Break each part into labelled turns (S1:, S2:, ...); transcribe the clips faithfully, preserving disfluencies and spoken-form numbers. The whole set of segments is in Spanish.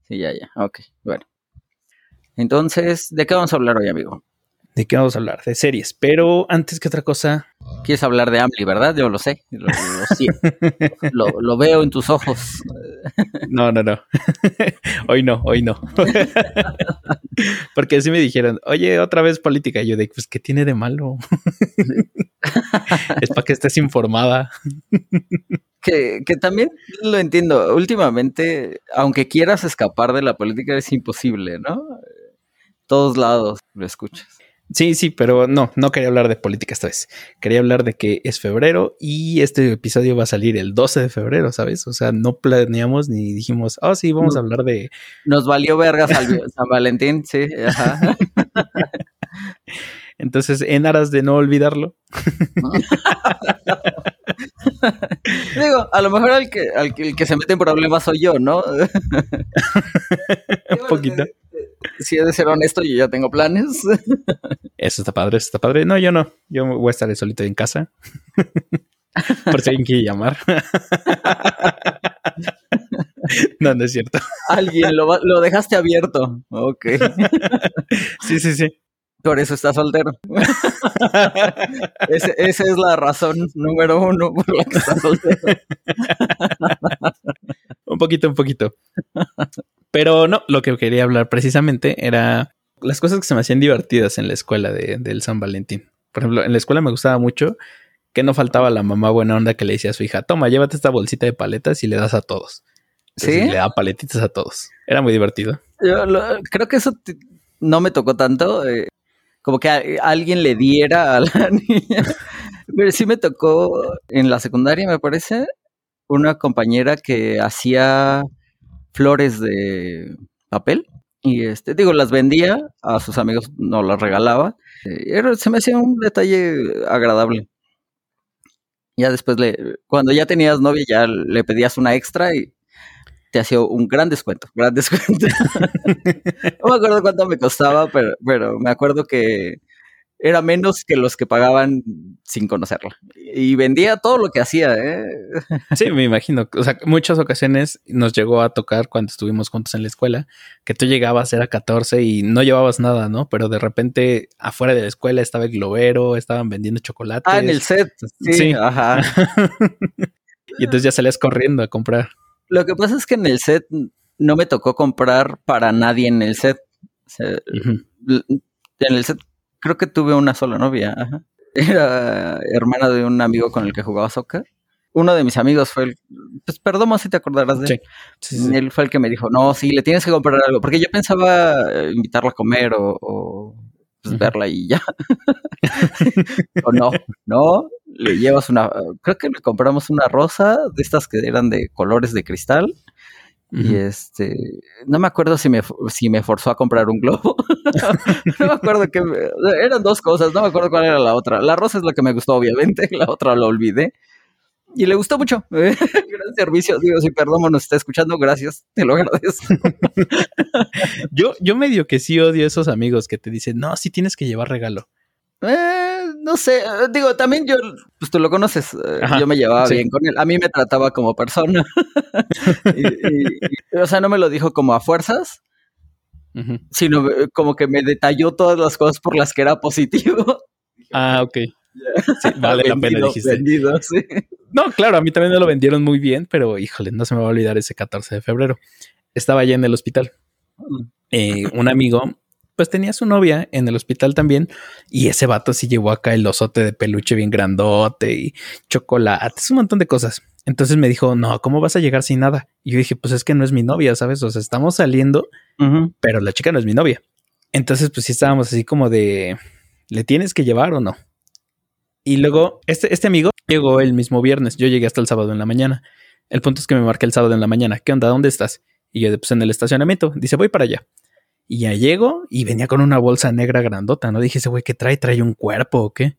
S1: Sí, ya, ya. Ok, bueno. Entonces, ¿de qué vamos a hablar hoy, amigo?
S2: ¿De qué vamos a hablar? De series. Pero antes que otra cosa...
S1: Quieres hablar de Amelie, ¿verdad? Yo lo sé. Lo, lo, sí, lo, lo veo en tus ojos.
S2: No, no, no. Hoy no, hoy no. Porque así me dijeron, oye, otra vez política. Y yo de, pues, ¿qué tiene de malo? Es para que estés informada.
S1: Que, que también lo entiendo. Últimamente, aunque quieras escapar de la política, es imposible, ¿no? Todos lados lo escuchas.
S2: Sí, sí, pero no, no quería hablar de política esta vez. Quería hablar de que es febrero y este episodio va a salir el doce de febrero, ¿sabes? O sea, no planeamos ni dijimos, oh, sí, vamos no, a hablar de...
S1: Nos valió verga San, San Valentín, sí, ajá.
S2: Entonces, en aras de no olvidarlo.
S1: Digo, a lo mejor el que, al que, el que se mete en problemas soy yo, ¿no?
S2: Un poquito.
S1: Si he de ser honesto, yo ya tengo planes.
S2: Eso está padre, eso está padre. No, yo no. Yo voy a estar solito en casa. Por si alguien quiere llamar. No, no es cierto.
S1: Alguien lo, lo dejaste abierto. Ok.
S2: Sí, sí, sí.
S1: Por eso estás soltero. Ese, esa es la razón número uno por la que estás soltero.
S2: Un poquito, un poquito. Pero no, lo que quería hablar precisamente era las cosas que se me hacían divertidas en la escuela de, del San Valentín. Por ejemplo, en la escuela me gustaba mucho que no faltaba la mamá buena onda que le decía a su hija, toma, llévate esta bolsita de paletas y le das a todos. Entonces, ¿sí? Le da paletitas a todos. Era muy divertido.
S1: Yo lo, creo que eso t- no me tocó tanto. Eh, como que a, a alguien le diera a la niña. Pero sí me tocó en la secundaria, me parece, una compañera que hacía flores de papel y este digo las vendía a sus amigos, no las regalaba. Era, se me hacía un detalle agradable. Ya después le cuando ya tenías novia ya le pedías una extra y te hacía un gran descuento, gran descuento. No me acuerdo cuánto me costaba, pero pero me acuerdo que era menos que los que pagaban sin conocerla. Y vendía todo lo que hacía, ¿eh?
S2: Sí, me imagino. O sea, muchas ocasiones nos llegó a tocar cuando estuvimos juntos en la escuela, que tú llegabas, era catorce y no llevabas nada, ¿no? Pero de repente afuera de la escuela estaba el globero, estaban vendiendo chocolates.
S1: Ah, en el set. Sí, sí. Ajá.
S2: Y entonces ya salías corriendo a comprar.
S1: Lo que pasa es que en el set no me tocó comprar para nadie en el set. O sea, uh-huh. En el set creo que tuve una sola novia. Ajá. Era hermana de un amigo con el que jugaba soccer. Uno de mis amigos fue el... Pues perdón si te acordarás de él. Sí, sí, sí. Él fue el que me dijo, no, sí, le tienes que comprar algo. Porque yo pensaba invitarla a comer o, o pues, uh-huh. verla y ya. O no, no, le llevas una... Creo que le compramos una rosa de estas que eran de colores de cristal. Uh-huh. Y este, no me acuerdo si me, si me forzó a comprar un globo. No me acuerdo que me, eran dos cosas, no me acuerdo cuál era la otra. La rosa es la que me gustó, obviamente, la otra la olvidé. Y le gustó mucho. Gran servicio. Digo, si perdón nos está escuchando, gracias, te lo agradezco.
S2: yo, yo medio que sí odio a esos amigos que te dicen, no, sí tienes que llevar regalo.
S1: Eh, no sé, digo, también yo, pues tú lo conoces, Ajá, yo me llevaba sí. bien con él, a mí me trataba como persona, y, y, y, o sea, no me lo dijo como a fuerzas, uh-huh. sino como que me detalló todas las cosas por las que era positivo.
S2: Ah, ok. Sí, vale vendido, la pena, dijiste.
S1: Vendido, sí.
S2: No, claro, a mí también me lo vendieron muy bien, pero híjole, no se me va a olvidar ese catorce de febrero. Estaba allá en el hospital. Uh-huh. Eh, un amigo... pues tenía su novia en el hospital también y ese vato sí llevó acá el osote de peluche bien grandote y chocolates, un montón de cosas. Entonces me dijo, no, ¿cómo vas a llegar sin nada? Y yo dije, pues es que no es mi novia, ¿sabes? O sea, estamos saliendo, uh-huh. pero la chica no es mi novia. Entonces pues sí estábamos así como de, ¿le tienes que llevar o no? Y luego este, este amigo llegó el mismo viernes, yo llegué hasta el sábado en la mañana. El punto es que me marqué el sábado en la mañana. ¿Qué onda? ¿Dónde estás? Y yo, pues en el estacionamiento. Dice, voy para allá. Y ya llego y venía con una bolsa negra grandota, ¿no? Dije, ese güey, ¿qué trae? ¿Trae un cuerpo o qué?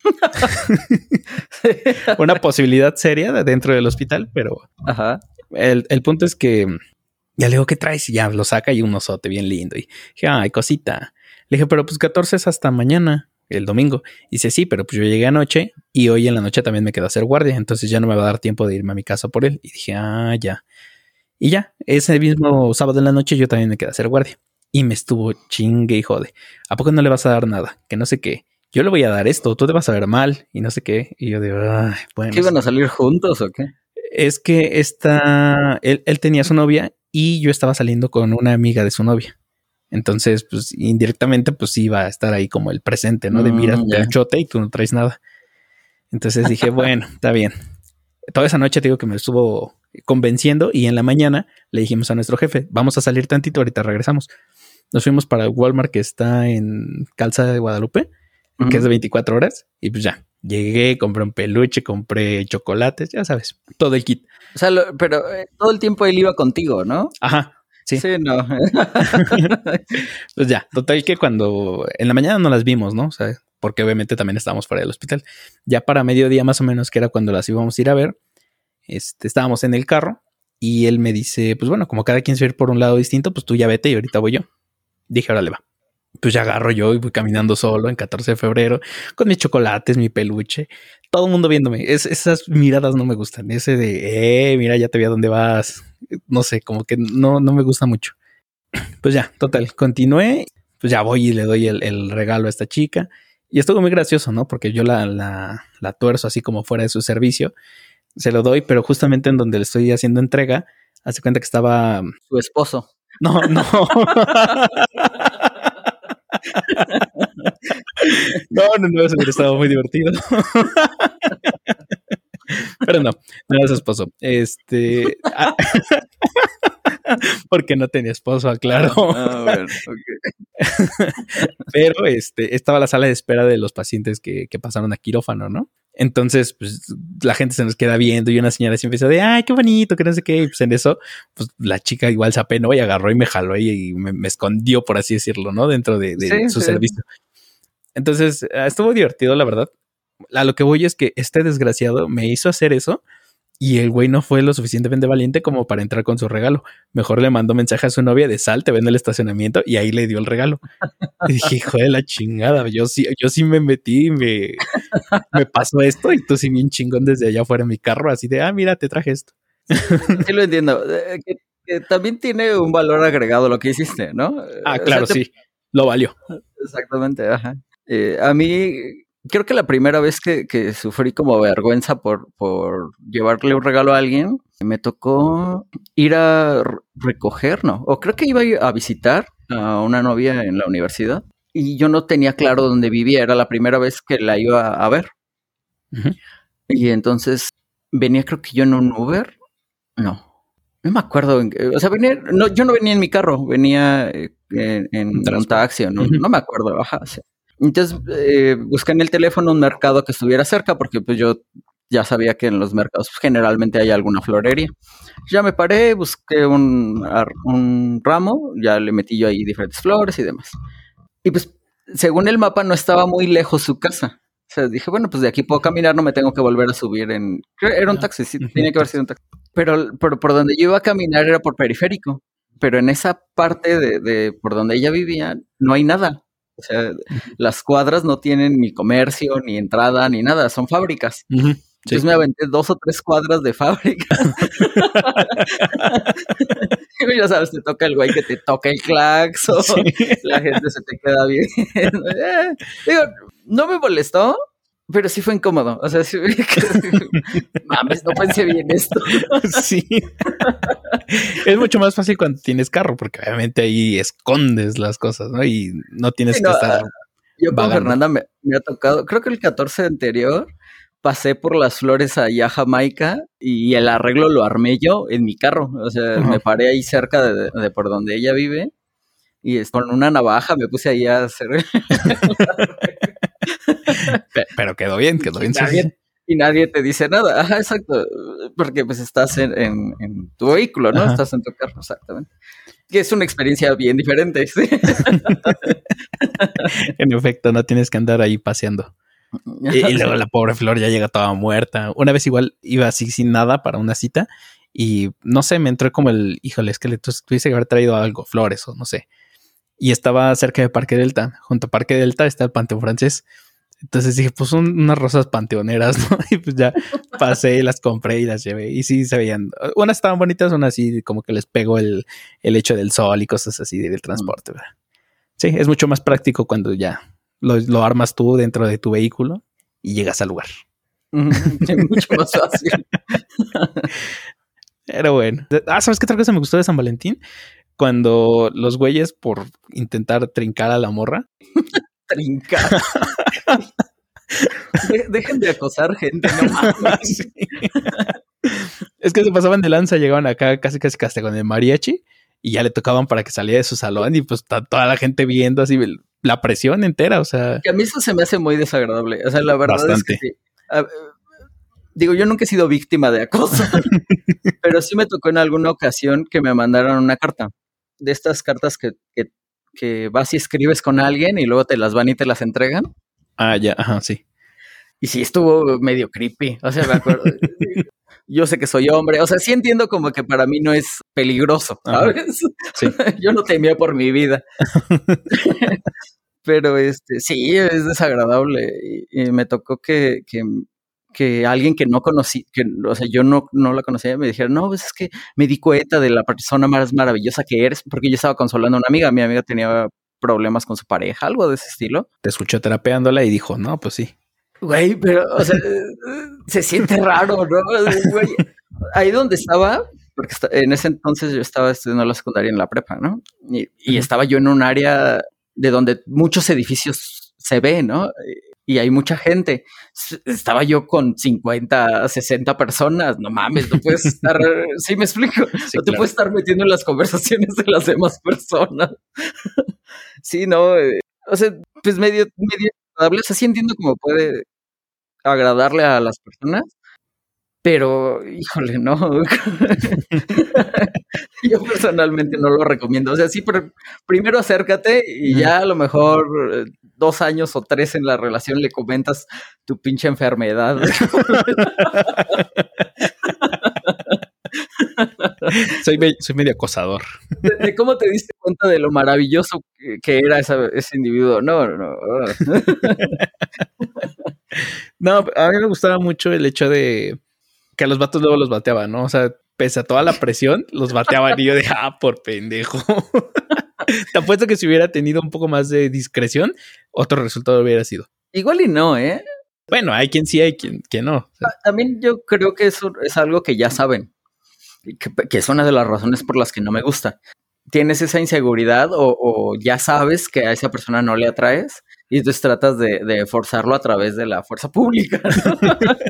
S2: Una posibilidad seria de dentro del hospital, pero Ajá. El, el punto es que ya le digo, ¿qué traes? Y ya lo saca y un osote bien lindo. Y dije, ay, cosita. Le dije, pero pues catorce es hasta mañana, el domingo. Y dice, sí, pero pues yo llegué anoche y hoy en la noche también me quedo a hacer guardia, entonces ya no me va a dar tiempo de irme a mi casa por él. Y dije, ah, ya. Y ya, ese mismo sábado en la noche yo también me quedé a hacer guardia. Y me estuvo chingue y jode. ¿A poco no le vas a dar nada? Que no sé qué. Yo le voy a dar esto, tú te vas a ver mal y no sé qué. Y yo digo, ay, bueno.
S1: ¿Qué iban a salir juntos o qué?
S2: Es que esta, él, él tenía su novia y yo estaba saliendo con una amiga de su novia. Entonces, pues indirectamente, pues iba a estar ahí como el presente, ¿no? De mira, mm, el chote y tú no traes nada. Entonces dije, bueno, está bien. Toda esa noche te digo que me estuvo convenciendo y en la mañana le dijimos a nuestro jefe, vamos a salir tantito, ahorita regresamos. Nos fuimos para el Walmart que está en Calzada de Guadalupe, uh-huh. que es de veinticuatro horas, y pues ya, llegué, compré un peluche, compré chocolates, ya sabes, todo el kit.
S1: O sea, lo, pero eh, todo el tiempo él iba contigo, ¿no?
S2: Ajá. Sí.
S1: Sí, no.
S2: Pues ya, total que cuando en la mañana no las vimos, ¿no? O sea, porque obviamente también estábamos fuera del hospital. Ya para mediodía más o menos, que era cuando las íbamos a ir a ver, este, estábamos en el carro y él me dice, pues bueno, como cada quien se va a ir por un lado distinto, pues tú ya vete y ahorita voy yo. Dije, órale va. Pues ya agarro yo y voy caminando solo en catorce de febrero con mis chocolates, mi peluche, todo el mundo viéndome. Es, esas miradas no me gustan. Ese de, eh, mira, ya te vi a dónde vas. No sé, como que no, no me gusta mucho. Pues ya, total, continué. Pues ya voy y le doy el, el regalo a esta chica. Y estuvo muy gracioso, ¿no? Porque yo la, la, la tuerzo así como fuera de su servicio. Se lo doy, pero justamente en donde le estoy haciendo entrega, hace cuenta que estaba...
S1: Su esposo.
S2: No, no. No, no, no, eso hubiera estado muy divertido. Pero no, no era su esposo. Este... Porque no tenía esposo, claro.
S1: Ah, bueno, okay.
S2: Pero este, estaba la sala de espera de los pacientes que, que pasaron a quirófano, ¿no? Entonces, pues la gente se nos queda viendo y una señora se empieza de, ay, qué bonito, que no sé qué. Y pues en eso, pues la chica igual se apenó y agarró y me jaló y me, me escondió, por así decirlo, ¿no? Dentro de, de sí, su sí. servicio. Entonces, estuvo divertido, la verdad. A lo que voy es que este desgraciado me hizo hacer eso. Y el güey no fue lo suficientemente valiente como para entrar con su regalo. Mejor le mandó mensaje a su novia de sal, te ven en el estacionamiento y ahí le dio el regalo. Y dije, hijo de la chingada, yo sí, yo sí me metí y me, me pasó esto y tú sí bien chingón desde allá afuera en mi carro, así de, ah, mira, te traje esto.
S1: Sí lo entiendo. Eh, que, que también tiene un valor agregado lo que hiciste, ¿no?
S2: Ah, claro, o sea, te... sí, lo valió.
S1: Exactamente, ajá. Eh, a mí... Creo que la primera vez que, que sufrí como vergüenza por, por llevarle un regalo a alguien, me tocó ir a recoger, ¿no? O creo que iba a visitar a una novia en la universidad y yo no tenía claro dónde vivía, era la primera vez que la iba a ver. Uh-huh. Y entonces venía creo que yo en un Uber, no, no me acuerdo, o sea, venía, no, yo no venía en mi carro, venía en, en un taxi, no, uh-huh. no me acuerdo, ajá, sí. Entonces eh, busqué en el teléfono un mercado que estuviera cerca porque pues yo ya sabía que en los mercados pues, generalmente hay alguna florería. Ya me paré, busqué un, un ramo, ya le metí yo ahí diferentes flores y demás. Y pues según el mapa no estaba muy lejos su casa. O sea, dije, bueno, pues de aquí puedo caminar, no me tengo que volver a subir en... Era un taxi, sí, tenía que haber sido un taxi. Pero, pero por donde yo iba a caminar era por periférico. Pero en esa parte de, de por donde ella vivía no hay nada. O sea, las cuadras no tienen ni comercio, ni entrada, ni nada, son fábricas. Uh-huh, sí. Entonces me aventé dos o tres cuadras de fábrica. Ya sabes, te toca el güey que te toca el claxon, sí. La gente se te queda bien. Digo, no me molestó, pero sí fue incómodo. O sea, sí, mames, no pensé bien esto.
S2: Sí. Es mucho más fácil cuando tienes carro, porque obviamente ahí escondes las cosas, ¿no? Y no tienes sí, que no, estar.
S1: Yo con Fernanda me, me ha tocado, creo que el catorce anterior pasé por las flores allá a Jamaica y el arreglo lo armé yo en mi carro. O sea, uh-huh. me paré ahí cerca de, de por donde ella vive y con una navaja me puse ahí a hacer.
S2: Pero quedó bien, quedó bien.
S1: Está bien. Y nadie te dice nada. Ajá, exacto. Porque pues estás en, en, en tu vehículo, ¿no? Ajá. Estás en tu carro, exactamente. Que es una experiencia bien diferente. ¿Sí?
S2: En efecto, no tienes que andar ahí paseando. Y, y luego la pobre flor ya llega toda muerta. Una vez igual iba así sin nada para una cita y no sé, me entró como el, híjole, es que le tuviese que haber traído algo, flores o no sé. Y estaba cerca de Parque Delta. Junto a Parque Delta está el Panteón Francés. Entonces dije, pues son unas rosas panteoneras, ¿no? Y pues ya pasé, las compré y las llevé. Y sí se veían, unas estaban bonitas, unas así como que les pegó el, el hecho del sol y cosas así del transporte, ¿verdad? Sí, es mucho más práctico cuando ya lo, lo armas tú dentro de tu vehículo y llegas al lugar.
S1: Es mucho más fácil.
S2: Pero bueno. Ah, ¿sabes qué otra cosa me gustó de San Valentín? Cuando los güeyes, por intentar trincar a la morra.
S1: Trincar. De, dejen de acosar gente, no mames. Sí.
S2: Es que se pasaban de lanza, llegaban acá casi casi hasta con el mariachi y ya le tocaban para que saliera de su salón y pues está toda la gente viendo así la presión entera, o sea.
S1: Que a mí eso se me hace muy desagradable. O sea, la verdad bastante. Es que sí. A, digo, yo nunca he sido víctima de acoso, pero sí me tocó en alguna ocasión que me mandaron una carta. De estas cartas que, que, que vas y escribes con alguien y luego te las van y te las entregan.
S2: Ah, ya, ajá, sí.
S1: Y sí, estuvo medio creepy. O sea, me acuerdo. Yo sé que soy hombre. O sea, sí entiendo como que para mí no es peligroso, ¿sabes? Sí. Yo no temía por mi vida. Pero este, sí, es desagradable. Y, y me tocó que, que, que alguien que no conocí, que, o sea, yo no, no la conocía, me dijera, no, pues es que me di cuenta de la persona más maravillosa que eres, porque yo estaba consolando a una amiga. Mi amiga tenía problemas con su pareja, algo de ese estilo.
S2: Te escuchó terapeándola y dijo, no, pues sí.
S1: Güey, pero, o sea, se siente raro, ¿no? Güey, ahí donde estaba, porque en ese entonces yo estaba estudiando la secundaria en la prepa, ¿no? Y, y estaba yo en un área de donde muchos edificios se ve, ¿no? Y hay mucha gente. Estaba yo con cincuenta, sesenta personas. No mames, no puedes estar... ¿Sí me explico? Sí, no te claro. Puedes estar metiendo en las conversaciones de las demás personas. Sí, no. O sea, pues medio... medio agradable. O sea, sí entiendo cómo puede agradarle a las personas, pero, híjole, no. Yo personalmente no lo recomiendo. O sea, sí, pero primero acércate y mm. ya a lo mejor dos años o tres en la relación le comentas tu pinche enfermedad.
S2: soy, me, soy medio acosador.
S1: De, de cómo te diste cuenta de lo maravilloso que, que era esa, ese individuo. No, no.
S2: No, a mí me gustaba mucho el hecho de que a los vatos luego los bateaban, ¿no? O sea, pese a toda la presión, los bateaban y yo de, ah, por pendejo. Te apuesto que si hubiera tenido un poco más de discreción, otro resultado hubiera sido.
S1: Igual y no, ¿eh?
S2: Bueno, hay quien sí, hay quien, quien no. O sea,
S1: también yo creo que eso es algo que ya saben, que, que es una de las razones por las que no me gusta. Tienes esa inseguridad o, o ya sabes que a esa persona no le atraes y entonces tratas de, de forzarlo a través de la fuerza pública, ¿no?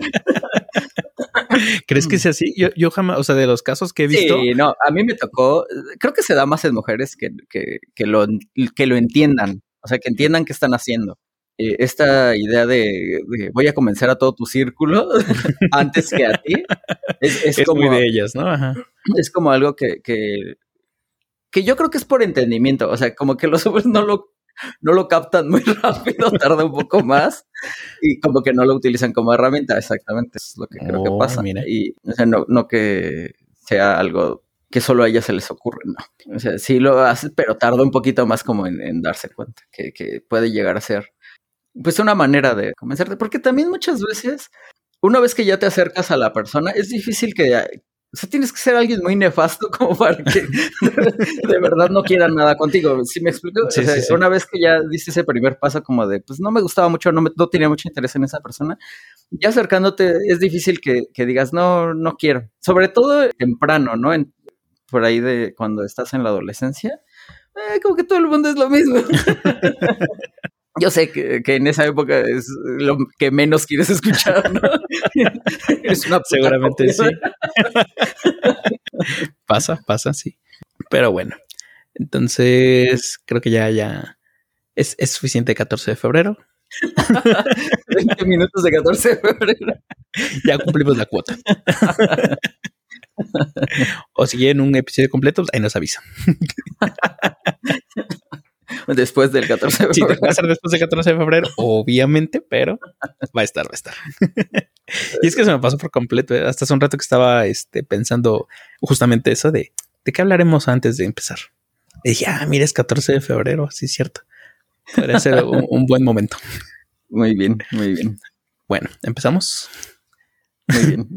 S2: ¿Crees que sea así? Yo, yo jamás, o sea, de los casos que he visto.
S1: Sí, no, a mí me tocó, creo que se da más en mujeres que, que, que, lo, que lo entiendan, o sea, que entiendan qué están haciendo. Eh, esta idea de, de voy a convencer a todo tu círculo antes que a ti, es, es,
S2: es
S1: como,
S2: muy de ellas, ¿no? Ajá.
S1: Es como algo que, que, que yo creo que es por entendimiento, o sea, como que los hombres no lo no lo captan muy rápido, tarda un poco más y como que no lo utilizan como herramienta, exactamente, es lo que creo oh, que pasa. Mira. Y o sea, no, no que sea algo que solo a ellas se les ocurre, no. O sea, sí lo hace, pero tarda un poquito más como en, en darse cuenta que, que puede llegar a ser pues una manera de convencerte, porque también muchas veces, una vez que ya te acercas a la persona, es difícil que... O sea, tienes que ser alguien muy nefasto como para que de verdad no quieran nada contigo. ¿Sí me explico? Sí, o sea, sí, sí. Una vez que ya diste ese primer paso como de, pues no me gustaba mucho, no, me, no tenía mucho interés en esa persona, ya acercándote es difícil que, que digas, no, no quiero. Sobre todo temprano, ¿no? En, por ahí de cuando estás en la adolescencia, eh, como que todo el mundo es lo mismo. Yo sé que, que en esa época es lo que menos quieres escuchar, ¿no? Es una
S2: seguramente sí. Pasa, pasa, sí. Pero bueno, entonces creo que ya, ya es, es suficiente catorce de febrero.
S1: veinte minutos de catorce de febrero.
S2: Ya cumplimos la cuota. O si quieren un episodio completo, ahí nos avisan.
S1: Después del catorce de febrero.
S2: Sí, va a ser después del catorce de febrero, obviamente, pero va a estar, va a estar. Y es que se me pasó por completo, ¿eh? Hasta hace un rato que estaba este, pensando justamente eso de ¿de qué hablaremos antes de empezar? Y dije, ah, mira, es catorce de febrero, sí es cierto. Podría ser un, un buen momento.
S1: Muy bien, muy bien.
S2: Bueno, ¿empezamos?
S1: Muy bien.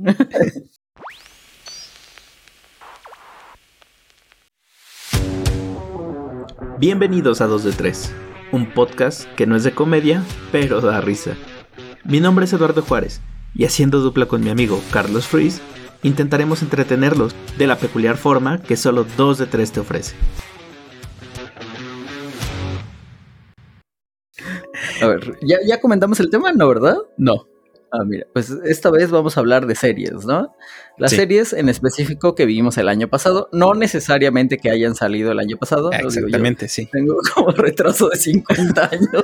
S2: Bienvenidos a dos de tres, un podcast que no es de comedia, pero da risa. Mi nombre es Eduardo Juárez, y haciendo dupla con mi amigo Carlos Fries, intentaremos entretenerlos de la peculiar forma que solo dos de tres te ofrece.
S1: A ver, ¿ya, ya comentamos el tema, ¿no, verdad?
S2: No.
S1: Ah, mira, pues esta vez vamos a hablar de series, ¿no? Las sí. series en específico que vimos el año pasado, no necesariamente que hayan salido el año pasado.
S2: Exactamente,
S1: yo,
S2: sí.
S1: Tengo como retraso de cincuenta años.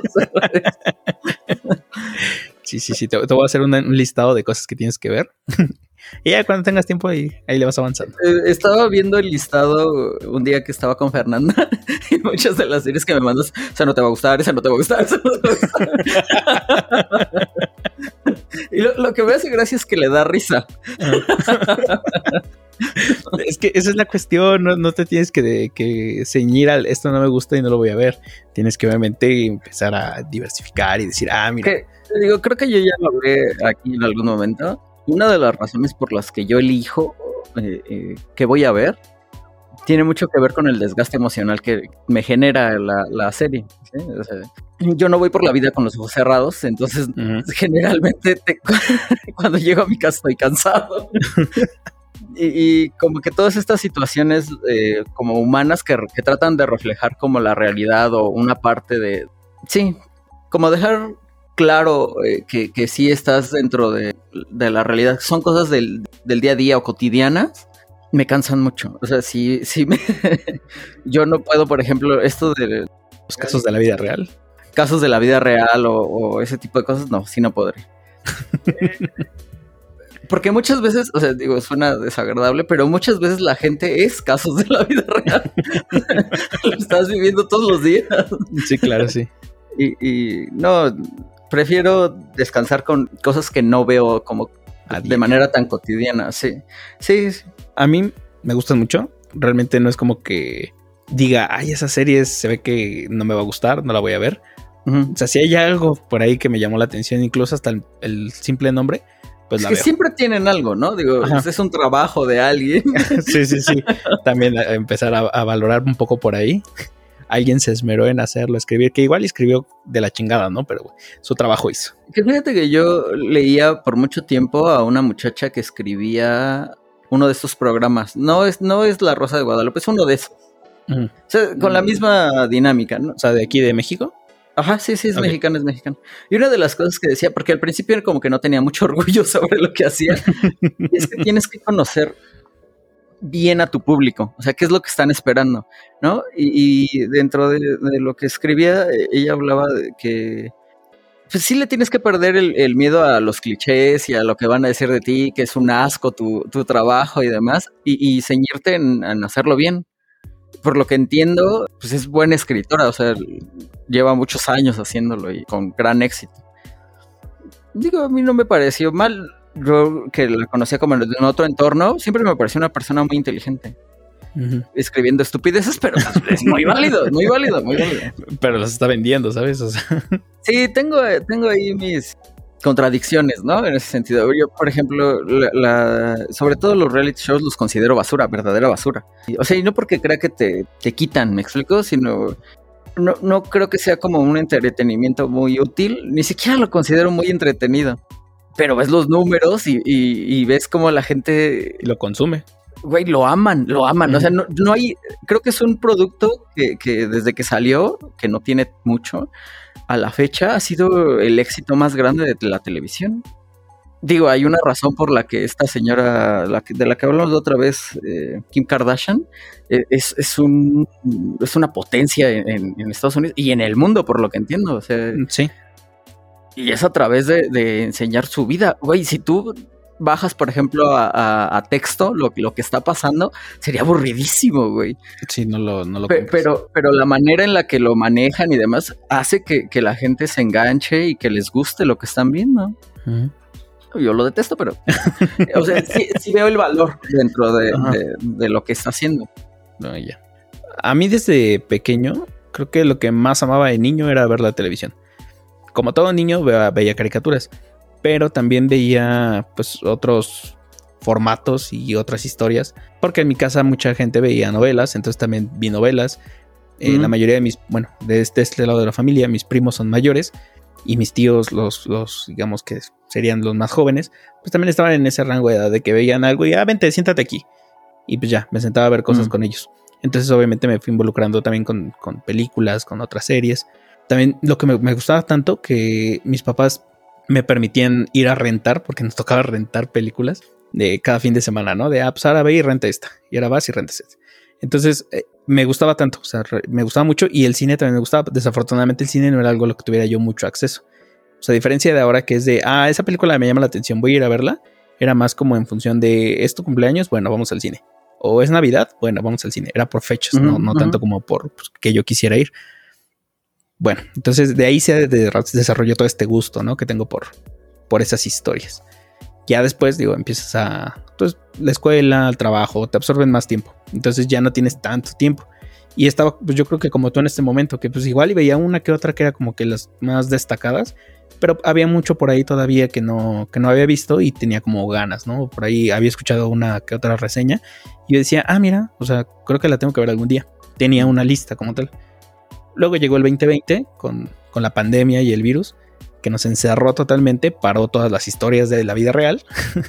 S2: Sí, sí, sí, te, te voy a hacer un, un listado de cosas que tienes que ver. Y ya cuando tengas tiempo ahí, ahí le vas avanzando.
S1: Eh, estaba viendo el listado un día que estaba con Fernanda y muchas de las series que me mandas, esa no te va a gustar, esa no te va a gustar, esa no te va a gustar. Y lo, lo que me hace gracia es que le da risa.
S2: Es que esa es la cuestión, no, no te tienes que, de, que ceñir al esto no me gusta y no lo voy a ver. Tienes que obviamente empezar a diversificar y decir, ah, mira.
S1: Que, digo, creo que yo ya lo hablé aquí en algún momento. Una de las razones por las que yo elijo eh, eh, que voy a ver tiene mucho que ver con el desgaste emocional que me genera la, la serie, ¿sí? O sea, yo no voy por la vida con los ojos cerrados, entonces uh-huh. generalmente te, cuando llego a mi casa estoy cansado. y, y como que todas estas situaciones eh, como humanas que, que tratan de reflejar como la realidad o una parte de... Sí, como dejar... claro eh, que, que sí estás dentro de, de la realidad, son cosas del, del día a día o cotidianas, me cansan mucho. O sea, sí, sí me... yo no puedo, por ejemplo, esto de...
S2: Los casos de la vida real.
S1: Casos de la vida real o, o ese tipo de cosas, no, sí no podré. Porque muchas veces, o sea, digo, suena desagradable, pero muchas veces la gente es casos de la vida real. Lo estás viviendo todos los días.
S2: Sí, claro, sí.
S1: Y, y no... prefiero descansar con cosas que no veo como Adiós. de manera tan cotidiana, sí. sí. Sí,
S2: a mí me gustan mucho. Realmente no es como que diga, ay, esa serie se ve que no me va a gustar, no la voy a ver. Uh-huh. O sea, si hay algo por ahí que me llamó la atención, incluso hasta el, el simple nombre, pues
S1: es
S2: la
S1: que
S2: veo.
S1: Siempre tienen algo, ¿no? Digo, Ajá. es un trabajo de alguien.
S2: Sí, sí, sí. También a empezar a, a valorar un poco por ahí. Alguien se esmeró en hacerlo, escribir, que igual escribió de la chingada, ¿no? Pero su trabajo hizo.
S1: Que fíjate que yo leía por mucho tiempo a una muchacha que escribía uno de estos programas. No es, no es La Rosa de Guadalupe, es uno de esos. Uh-huh. O sea, con la misma dinámica, ¿no?
S2: O sea, ¿de aquí de México?
S1: Ajá, sí, sí, es okay. mexicano, es mexicano. Y una de las cosas que decía, porque al principio como que no tenía mucho orgullo sobre lo que hacía, es que tienes que conocer bien a tu público, o sea, qué es lo que están esperando, ¿no? Y, y dentro de, de lo que escribía, ella hablaba de que pues sí le tienes que perder el, el miedo a los clichés y a lo que van a decir de ti, que es un asco tu, tu trabajo y demás, y, y ceñirte en, en hacerlo bien. Por lo que entiendo, pues es buena escritora, o sea, lleva muchos años haciéndolo y con gran éxito. Digo, a mí no me pareció mal. Yo, que la conocía como en otro entorno, siempre me pareció una persona muy inteligente. Uh-huh. Escribiendo estupideces, pero es muy válido, muy válido, muy válido.
S2: Pero las está vendiendo, ¿sabes? O sea.
S1: Sí, tengo, tengo ahí mis contradicciones, ¿no? En ese sentido. Yo, por ejemplo, la, la, sobre todo los reality shows los considero basura, verdadera basura. O sea, y no porque crea que te, te quitan, ¿me explico? Sino... No, no creo que sea como un entretenimiento muy útil, ni siquiera lo considero muy entretenido. Pero ves los números y, y, y ves cómo la gente...
S2: Y lo consume.
S1: Güey, lo aman, lo aman. Uh-huh. O sea, no, no hay... Creo que es un producto que, que desde que salió, que no tiene mucho, a la fecha ha sido el éxito más grande de la televisión. Digo, hay una razón por la que esta señora, la que, de la que hablamos la otra vez, eh, Kim Kardashian, eh, es, es, un, es una potencia en, en Estados Unidos y en el mundo, por lo que entiendo. O sea,
S2: sí.
S1: Y es a través de, de enseñar su vida. Güey, si tú bajas, por ejemplo, a, a, a texto lo, lo que está pasando, sería aburridísimo, güey.
S2: Sí, no lo, no lo
S1: Pe- pero, pero la manera en la que lo manejan y demás hace que, que la gente se enganche y que les guste lo que están viendo. Uh-huh. Yo lo detesto, pero o sea, sí, sí veo el valor dentro de, de, de lo que está haciendo.
S2: No, ya. A mí desde pequeño, creo que lo que más amaba de niño era ver la televisión. como todo niño, veía, veía caricaturas, pero también veía pues otros formatos y otras historias, porque en mi casa mucha gente veía novelas, entonces también vi novelas. Eh, mm. La mayoría de mis, bueno, de este, este lado de la familia, mis primos son mayores y mis tíos, los, los, digamos que serían los más jóvenes, pues también estaban en ese rango de edad de que veían algo y, ah, vente, siéntate aquí. Y pues ya, me sentaba a ver cosas mm. con ellos. Entonces obviamente me fui involucrando también con, con películas, con otras series. También lo que me, me gustaba tanto que mis papás me permitían ir a rentar, porque nos tocaba rentar películas de cada fin de semana, ¿no? De, ah, pues ahora ve y renta esta. Y ahora vas y rentas esta. Entonces, eh, me gustaba tanto. O sea, re, me gustaba mucho. Y el cine también me gustaba. Desafortunadamente, el cine no era algo a lo que tuviera yo mucho acceso. O sea, a diferencia de ahora que es de, ah, esa película me llama la atención, voy a ir a verla. Era más como en función de, ¿es tu cumpleaños? Bueno, vamos al cine. O es Navidad, bueno, vamos al cine. Era por fechas, uh-huh, no, no uh-huh. tanto como por pues, que yo quisiera ir. Bueno, entonces de ahí se desarrolló todo este gusto, ¿no? Que tengo por, por esas historias. Ya después, digo, empiezas a... Pues la escuela, el trabajo, te absorben más tiempo. Entonces ya no tienes tanto tiempo. Y estaba, pues yo creo que como tú en este momento, que pues igual y veía una que otra que era como que las más destacadas, pero había mucho por ahí todavía que no, que no había visto y tenía como ganas, ¿no? Por ahí había escuchado una que otra reseña y yo decía, ah, mira, o sea, creo que la tengo que ver algún día. Tenía una lista como tal. Luego llegó el veinte veinte con, con la pandemia y el virus, que nos encerró totalmente, paró todas las historias de la vida real,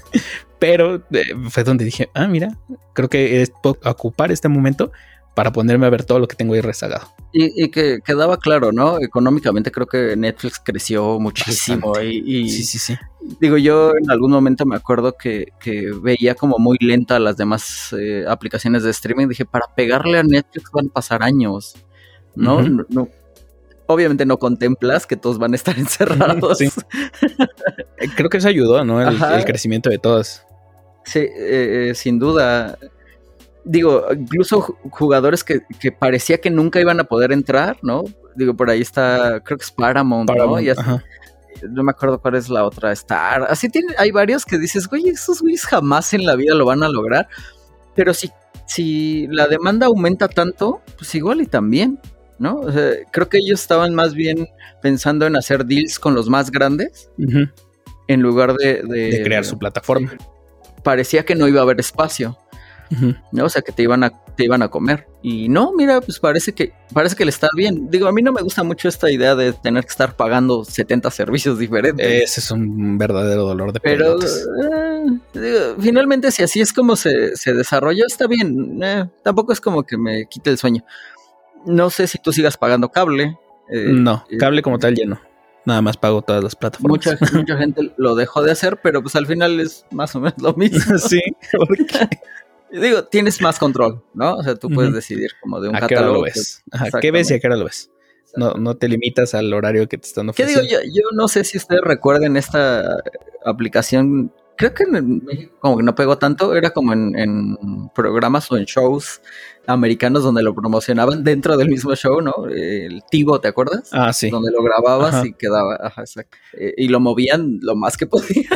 S2: pero eh, fue donde dije, ah, mira, creo que es ocupar este momento para ponerme a ver todo lo que tengo ahí rezagado.
S1: Y, y que quedaba claro, ¿no? Económicamente creo que Netflix creció muchísimo. Y, y
S2: sí, sí, sí.
S1: Digo, yo en algún momento me acuerdo que, que veía como muy lenta las demás eh, aplicaciones de streaming. Dije, para pegarle a Netflix van a pasar años, ¿no? Uh-huh. no, no Obviamente no contemplas que todos van a estar encerrados. Sí.
S2: Creo que eso ayudó, ¿no? El, el crecimiento de todas.
S1: Sí, eh, sin duda. Digo, incluso jugadores que, que parecía que nunca iban a poder entrar, ¿no? Digo, por ahí está, creo que es Paramount, Paramount, ¿no? Y así, no me acuerdo cuál es la otra, Star. Así tiene, hay varios que dices, güey, esos güeyes jamás en la vida lo van a lograr. Pero si, si la demanda aumenta tanto, pues igual y también, ¿no? O sea, creo que ellos estaban más bien pensando en hacer deals con los más grandes, uh-huh, en lugar de, de...
S2: De crear su plataforma.
S1: Parecía que no iba a haber espacio, uh-huh, ¿no? O sea, que te iban a, te iban a comer. Y no, mira, pues parece que, parece que le está bien. Digo, a mí no me gusta mucho esta idea de tener que estar pagando setenta servicios diferentes.
S2: Ese es un verdadero dolor de
S1: Pero, eh, digo, finalmente, si así es como se, se desarrolla, está bien. Eh, tampoco es como que me quite el sueño. No sé si tú sigas pagando cable.
S2: Eh, no, cable eh, como tal ya no. Nada más pago todas las plataformas.
S1: Mucha, mucha gente lo dejó de hacer, pero pues al final es más o menos lo mismo.
S2: Sí, porque...
S1: Digo, tienes más control, ¿no? O sea, tú puedes uh-huh. decidir como de un
S2: ¿A
S1: catálogo.
S2: ¿A qué hora lo ves? Ajá, ¿qué ves y a qué hora lo ves? No, no te limitas al horario que te están ofreciendo.
S1: ¿Qué digo? Yo, yo no sé si ustedes recuerden esta aplicación. Creo que en México como que no pegó tanto. Era como en, en programas o en shows americanos donde lo promocionaban dentro del mismo show, ¿no? El Tivo, ¿te acuerdas?
S2: Ah, sí.
S1: Donde lo grababas, ajá, y quedaba, ajá, exacto. Eh, y lo movían lo más que podían.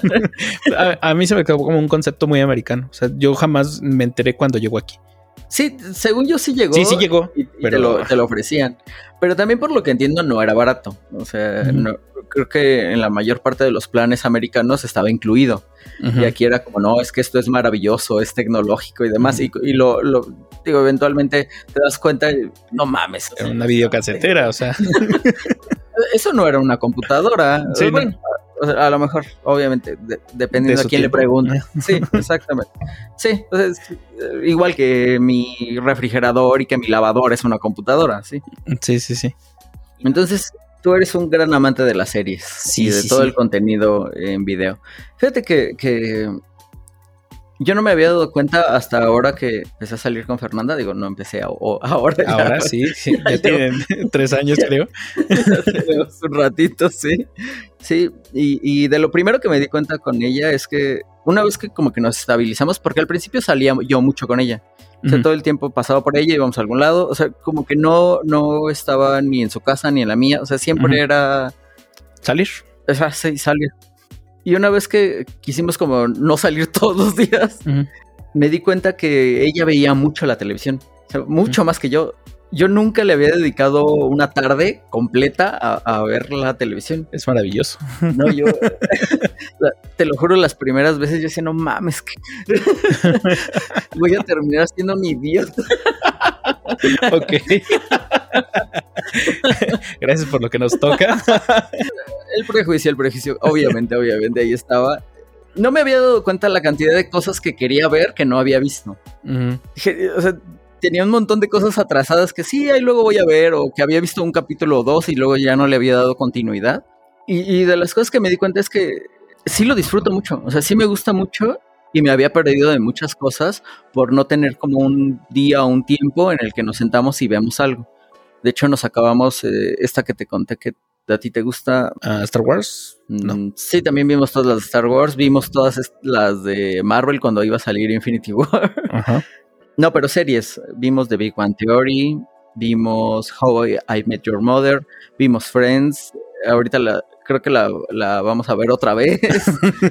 S2: a, a mí se me quedó como un concepto muy americano. O sea, yo jamás me enteré cuando llegó aquí.
S1: Sí, según yo sí llegó.
S2: Sí, sí llegó.
S1: Y, y
S2: pero...
S1: te, lo, te lo ofrecían. Pero también por lo que entiendo no era barato. O sea, uh-huh, no, creo que en la mayor parte de los planes americanos estaba incluido. Uh-huh. Y aquí era como, no, es que esto es maravilloso, es tecnológico y demás. Uh-huh. Y, y lo, lo, digo, eventualmente te das cuenta, y, no mames.
S2: Era una videocasetera, o sea.
S1: Eso no era una computadora.
S2: Sí,
S1: bueno,
S2: no.
S1: O sea, a lo mejor, obviamente, de, dependiendo de a quién tiempo. Le pregunte. Sí, exactamente. Sí, o sea, es, igual que mi refrigerador y que mi lavadora es una computadora, ¿sí?
S2: Sí, sí, sí.
S1: Entonces, tú eres un gran amante de las series, sí, y de sí, todo sí. el contenido en video. Fíjate que, que yo no me había dado cuenta hasta ahora que empecé a salir con Fernanda. Digo, no empecé a, o, ahora.
S2: Ahora ya, sí, sí, ya, ya tienen tres años, creo.
S1: Tenemos un ratito, sí. Sí, y, y de lo primero que me di cuenta con ella es que una vez que como que nos estabilizamos, porque al principio salía yo mucho con ella. O sea, uh-huh. todo el tiempo pasaba por ella, íbamos a algún lado. O sea, como que no, no estaba ni en su casa ni en la mía. O sea, siempre uh-huh. era...
S2: ¿Salir?
S1: O sea, sí, salir. Y una vez que quisimos como no salir todos los días, uh-huh. me di cuenta que ella veía mucho la televisión. O sea, mucho uh-huh. más que yo. yo nunca le había dedicado una tarde completa a, a ver la televisión.
S2: Es maravilloso.
S1: No, yo, te lo juro, las primeras veces yo decía, no mames, que voy a terminar siendo un idiota.
S2: Ok. Gracias por lo que nos toca.
S1: El prejuicio, el prejuicio, obviamente, obviamente, ahí estaba. No me había dado cuenta la cantidad de cosas que quería ver que no había visto. Uh-huh. Dije, o sea, tenía un montón de cosas atrasadas que sí, ahí luego voy a ver, o que había visto un capítulo o dos y luego ya no le había dado continuidad. Y, y de las cosas que me di cuenta es que sí lo disfruto mucho, o sea, sí me gusta mucho y me había perdido de muchas cosas por no tener como un día o un tiempo en el que nos sentamos y veamos algo. De hecho, nos acabamos eh, esta que te conté que a ti te gusta.
S2: Uh, ¿Star Wars?
S1: No. Sí, también vimos todas las de Star Wars, vimos todas las de Marvel cuando iba a salir Infinity War. Ajá. Uh-huh. No, pero series. Vimos The Big Bang Theory, vimos How I, I Met Your Mother, vimos Friends. Ahorita la, creo que la, la vamos a ver otra vez. es,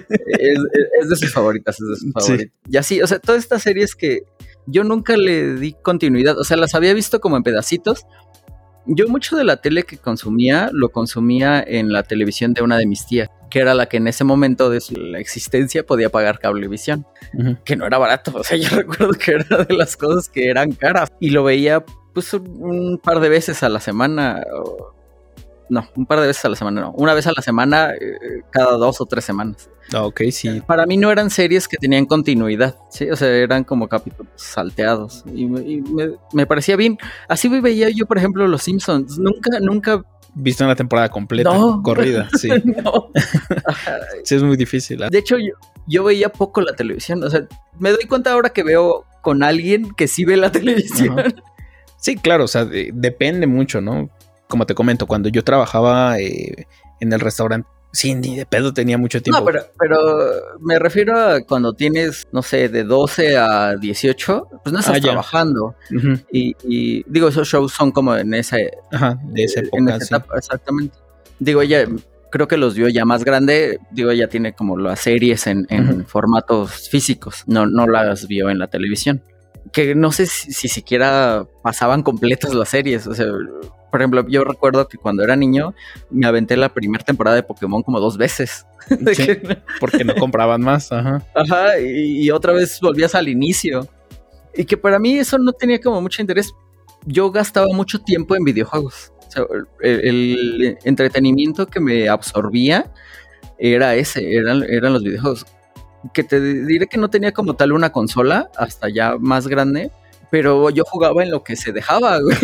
S1: es de sus favoritas, es de sus favoritas. Sí. Y así, o sea, todas estas series que yo nunca le di continuidad, o sea, las había visto como en pedacitos. Yo mucho de la tele que consumía, lo consumía en la televisión de una de mis tías, que era la que en ese momento de su existencia podía pagar cablevisión, uh-huh. que no era barato. O sea, yo recuerdo que era de las cosas que eran caras. Y lo veía pues un par de veces a la semana. O... No, un par de veces a la semana, no. Una vez a la semana, eh, cada dos o tres semanas.
S2: Ah, ok, sí.
S1: Para mí no eran series que tenían continuidad, ¿sí? O sea, eran como capítulos salteados. Y, me, y me, me parecía bien. Así veía yo, por ejemplo, Los Simpsons. Nunca, nunca...
S2: ¿Viste una temporada completa?
S1: No.
S2: Corrida, sí. No. Sí, es muy difícil. ¿eh?
S1: De hecho, yo, yo veía poco la televisión. O sea, me doy cuenta ahora que veo con alguien que sí ve la televisión. Uh-huh.
S2: Sí, claro, o sea, de, depende mucho, ¿no? Como te comento, cuando yo trabajaba eh, en el restaurante, sí, ni de pedo tenía mucho tiempo.
S1: No, pero, pero me refiero a cuando tienes, no sé, de doce a dieciocho, pues no estás ah, trabajando. Uh-huh. Y, y digo, esos shows son como en esa...
S2: Ajá, de esa época,
S1: en esa
S2: sí.
S1: etapa, exactamente. Digo, ella creo que los vio ya más grande. Digo, ella tiene como las series en, en uh-huh. formatos físicos. No, no las vio en la televisión. Que no sé si, si siquiera pasaban completas las series, o sea... Por ejemplo, yo recuerdo que cuando era niño me aventé la primera temporada de Pokémon como dos veces.
S2: Sí, porque no compraban más. Ajá.
S1: Ajá, y, y otra vez volvías al inicio. Y que para mí eso no tenía como mucho interés. Yo gastaba mucho tiempo en videojuegos. O sea, el, el entretenimiento que me absorbía era ese, eran, eran los videojuegos. Que te diré que no tenía como tal una consola hasta ya más grande. Pero yo jugaba en lo que se dejaba, güey.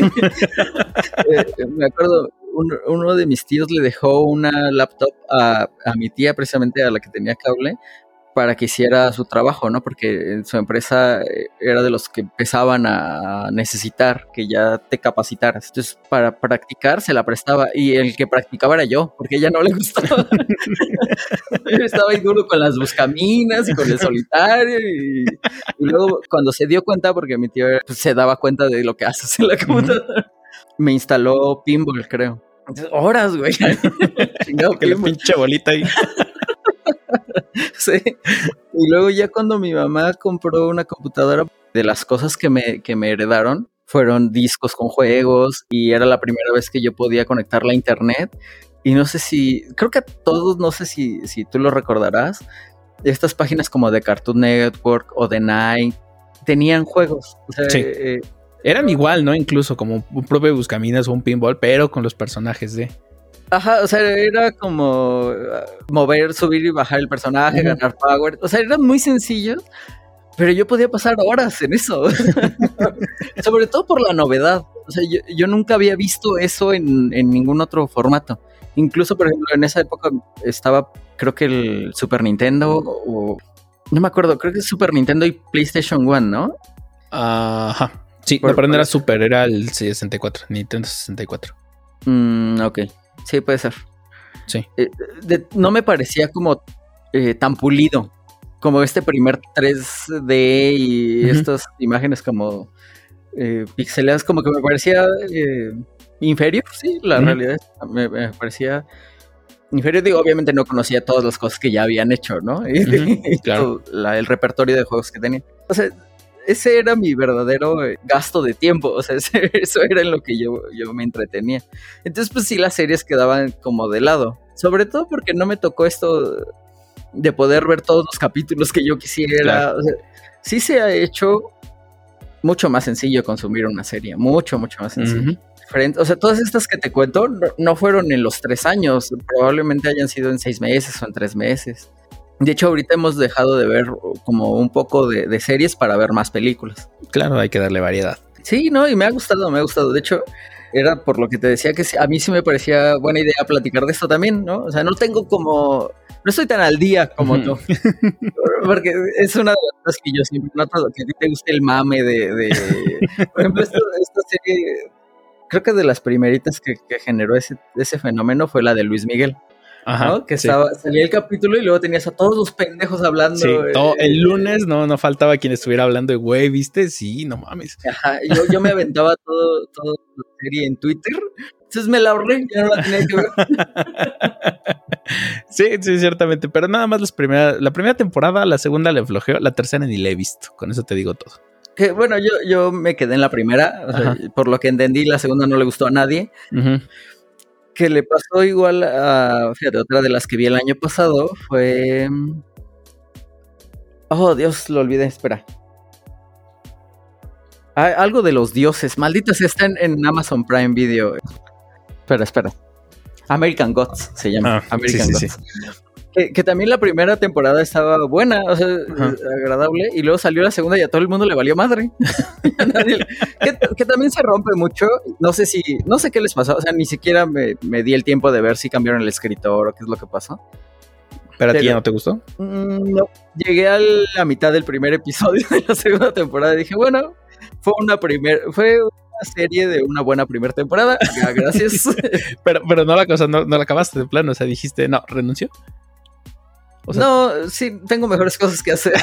S1: eh, me acuerdo, un, uno de mis tíos le dejó una laptop a, a mi tía, precisamente a la que tenía cable, para que hiciera su trabajo, ¿no? Porque en su empresa era de los que empezaban a necesitar que ya te capacitaras. Entonces, para practicar se la prestaba. Y el que practicaba era yo, porque a ella no le gustaba. Yo estaba ahí duro con las buscaminas y con el solitario. Y, y luego, cuando se dio cuenta, porque mi tío pues, se daba cuenta de lo que haces en la computadora, me instaló Pinball, creo. Entonces, horas, güey.
S2: Chingado, que la pinche bolita ahí.
S1: Sí. Y luego ya cuando mi mamá compró una computadora, de las cosas que me, que me heredaron fueron discos con juegos y era la primera vez que yo podía conectarla a internet. Y no sé si, creo que a todos, no sé si, si tú lo recordarás, estas páginas como de Cartoon Network o de Nine tenían juegos. O sea,
S2: sí.
S1: eh,
S2: eran igual, ¿no? Incluso como un propio Buscaminas o un pinball, pero con los personajes de...
S1: Ajá, o sea, era como mover, subir y bajar el personaje, uh-huh. ganar power. O sea, eran muy sencillos, pero yo podía pasar horas en eso. Sobre todo por la novedad. O sea, yo, yo nunca había visto eso en, en ningún otro formato. Incluso, por ejemplo, en esa época estaba, creo que el Super Nintendo o... No me acuerdo, creo que es Super Nintendo y PlayStation One, ¿no?
S2: Ajá. Sí, por, pero no era Super, era el sesenta y cuatro, Nintendo sesenta y cuatro.
S1: Mm, ok. Sí, puede ser.
S2: Sí.
S1: Eh, de, no me parecía como eh, tan pulido como este primer tres D y uh-huh. estas imágenes como eh, pixeladas, como que me parecía eh, inferior, sí, la uh-huh. realidad me, me parecía inferior. Digo, obviamente no conocía todas las cosas que ya habían hecho, ¿no? Y, uh-huh. y claro. todo la, el repertorio de juegos que tenía. O sea, ese era mi verdadero gasto de tiempo, o sea, ese, eso era en lo que yo, yo me entretenía. Entonces, pues sí, las series quedaban como de lado, sobre todo porque no me tocó esto de poder ver todos los capítulos que yo quisiera. Claro. O sea, sí se ha hecho mucho más sencillo consumir una serie, mucho, mucho más sencillo. Uh-huh. O sea, todas estas que te cuento no, no fueron en los tres años, probablemente hayan sido en seis meses o en tres meses. De hecho, ahorita hemos dejado de ver como un poco de, de series para ver más películas.
S2: Claro, hay que darle variedad.
S1: Sí, no, y me ha gustado, me ha gustado. De hecho, era por lo que te decía que a mí sí me parecía buena idea platicar de esto también, ¿no? O sea, no tengo como... No estoy tan al día como uh-huh. tú. Porque es una de las cosas que yo siempre noto, que a ti te gusta el mame de... de... Por ejemplo, esto, esta serie... Creo que de las primeritas que, que generó ese, ese fenómeno fue la de Luis Miguel. Ajá, ¿no? Que sí. estaba, salía el capítulo y luego tenías a todos los pendejos hablando.
S2: Sí,
S1: eh,
S2: todo, el lunes no, no faltaba quien estuviera hablando de güey, ¿viste? Sí, no mames.
S1: Ajá, yo, yo me aventaba todo, todo la serie en Twitter, entonces me la ahorré, ya no la tenía que ver.
S2: Sí, sí, ciertamente, pero nada más las primeras, la primera temporada, la segunda le flojeó, la tercera ni la he visto, con eso te digo todo.
S1: Que bueno, yo, yo me quedé en la primera, o sea, por lo que entendí, la segunda no le gustó a nadie. Uh-huh. Que le pasó igual a, fíjate, otra de las que vi el año pasado fue... Oh, Dios, lo olvidé, espera. Ah, algo de los dioses, malditos, está en, en Amazon Prime Video. Espera, espera. American Gods se llama, ah, American sí, Gods. Sí, sí. Que, que también la primera temporada estaba buena, o sea, uh-huh. agradable, y luego salió la segunda y a todo el mundo le valió madre. que, que también se rompe mucho, no sé si, no sé qué les pasó, o sea, ni siquiera me, me di el tiempo de ver si cambiaron el escritor o qué es lo que pasó.
S2: ¿Pero a ti ya no te gustó?
S1: Mmm, no, llegué a la mitad del primer episodio de la segunda temporada y dije, bueno, fue una primer, fue una serie de una buena primera temporada, ya, gracias.
S2: pero, pero no la cosa, no, no la acabaste de plano, o sea, dijiste, no, renunció.
S1: O sea, no, sí, tengo mejores cosas que hacer.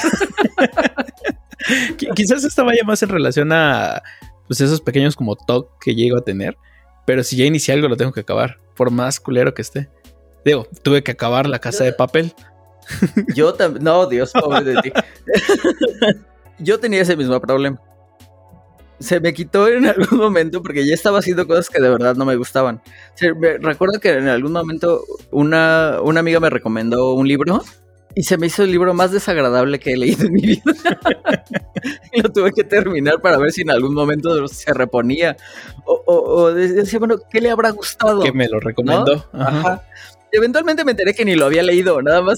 S2: Quizás esta vaya más en relación a pues esos pequeños como toques que llego a tener, pero si ya inicié algo lo tengo que acabar, por más culero que esté. Digo, tuve que acabar La Casa de Papel.
S1: Yo también, no, Dios, pobre de ti. Yo tenía ese mismo problema. Se me quitó en algún momento porque ya estaba haciendo cosas que de verdad no me gustaban. O sea, me recuerdo que en algún momento una, una amiga me recomendó un libro y se me hizo el libro más desagradable que he leído en mi vida. Y lo tuve que terminar para ver si en algún momento se reponía. O, o, o decía, bueno, ¿qué le habrá gustado?
S2: Que me lo recomendó.
S1: ¿No? Ajá. Ajá. Y eventualmente me enteré que ni lo había leído, nada más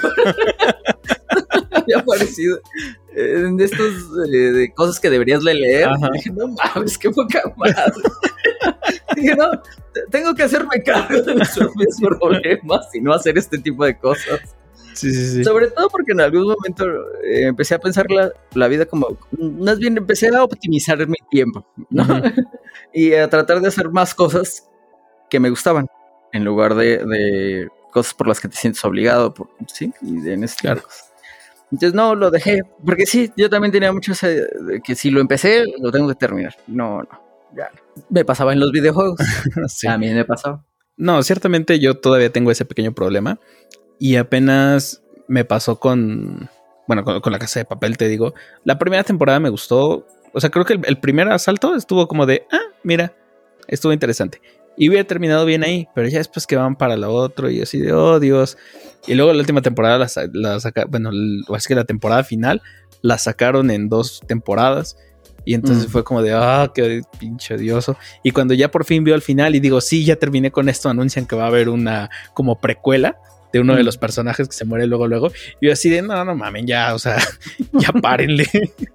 S1: había aparecido en estos eh, de cosas que deberías leer. Ajá. Dije, no mames, qué poca madre. Dije, no, tengo que hacerme cargo de mis propios problemas y no hacer este tipo de cosas.
S2: Sí, sí, sí.
S1: Sobre todo porque en algún momento eh, empecé a pensar la, la vida como, más bien empecé a optimizar mi tiempo, ¿no? Uh-huh. Y a tratar de hacer más cosas que me gustaban, en lugar de, de cosas por las que te sientes obligado, por, ¿sí? Y en este
S2: claro.
S1: Caso. Entonces no, lo dejé, porque sí, yo también tenía mucho ese, que si lo empecé, lo tengo que terminar. No, no, ya. Me pasaba en los videojuegos, sí. A mí me pasaba.
S2: No, ciertamente yo todavía tengo ese pequeño problema y apenas me pasó con, bueno, con, con La Casa de Papel, te digo. La primera temporada me gustó, o sea, creo que el, el primer asalto estuvo como de, ah, mira, estuvo interesante. Y hubiera terminado bien ahí, pero ya después que van para la otra y así de, oh Dios. Y luego la última temporada la, la sacaron, bueno, o es que la temporada final la sacaron en dos temporadas. Y entonces mm. fue como de, ah, qué pinche odioso. Y cuando ya por fin vio al final y digo, sí, ya terminé con esto, anuncian que va a haber una como precuela de uno mm. de los personajes que se muere luego, luego. Y yo así de, no, no mamen, ya, o sea, ya párenle.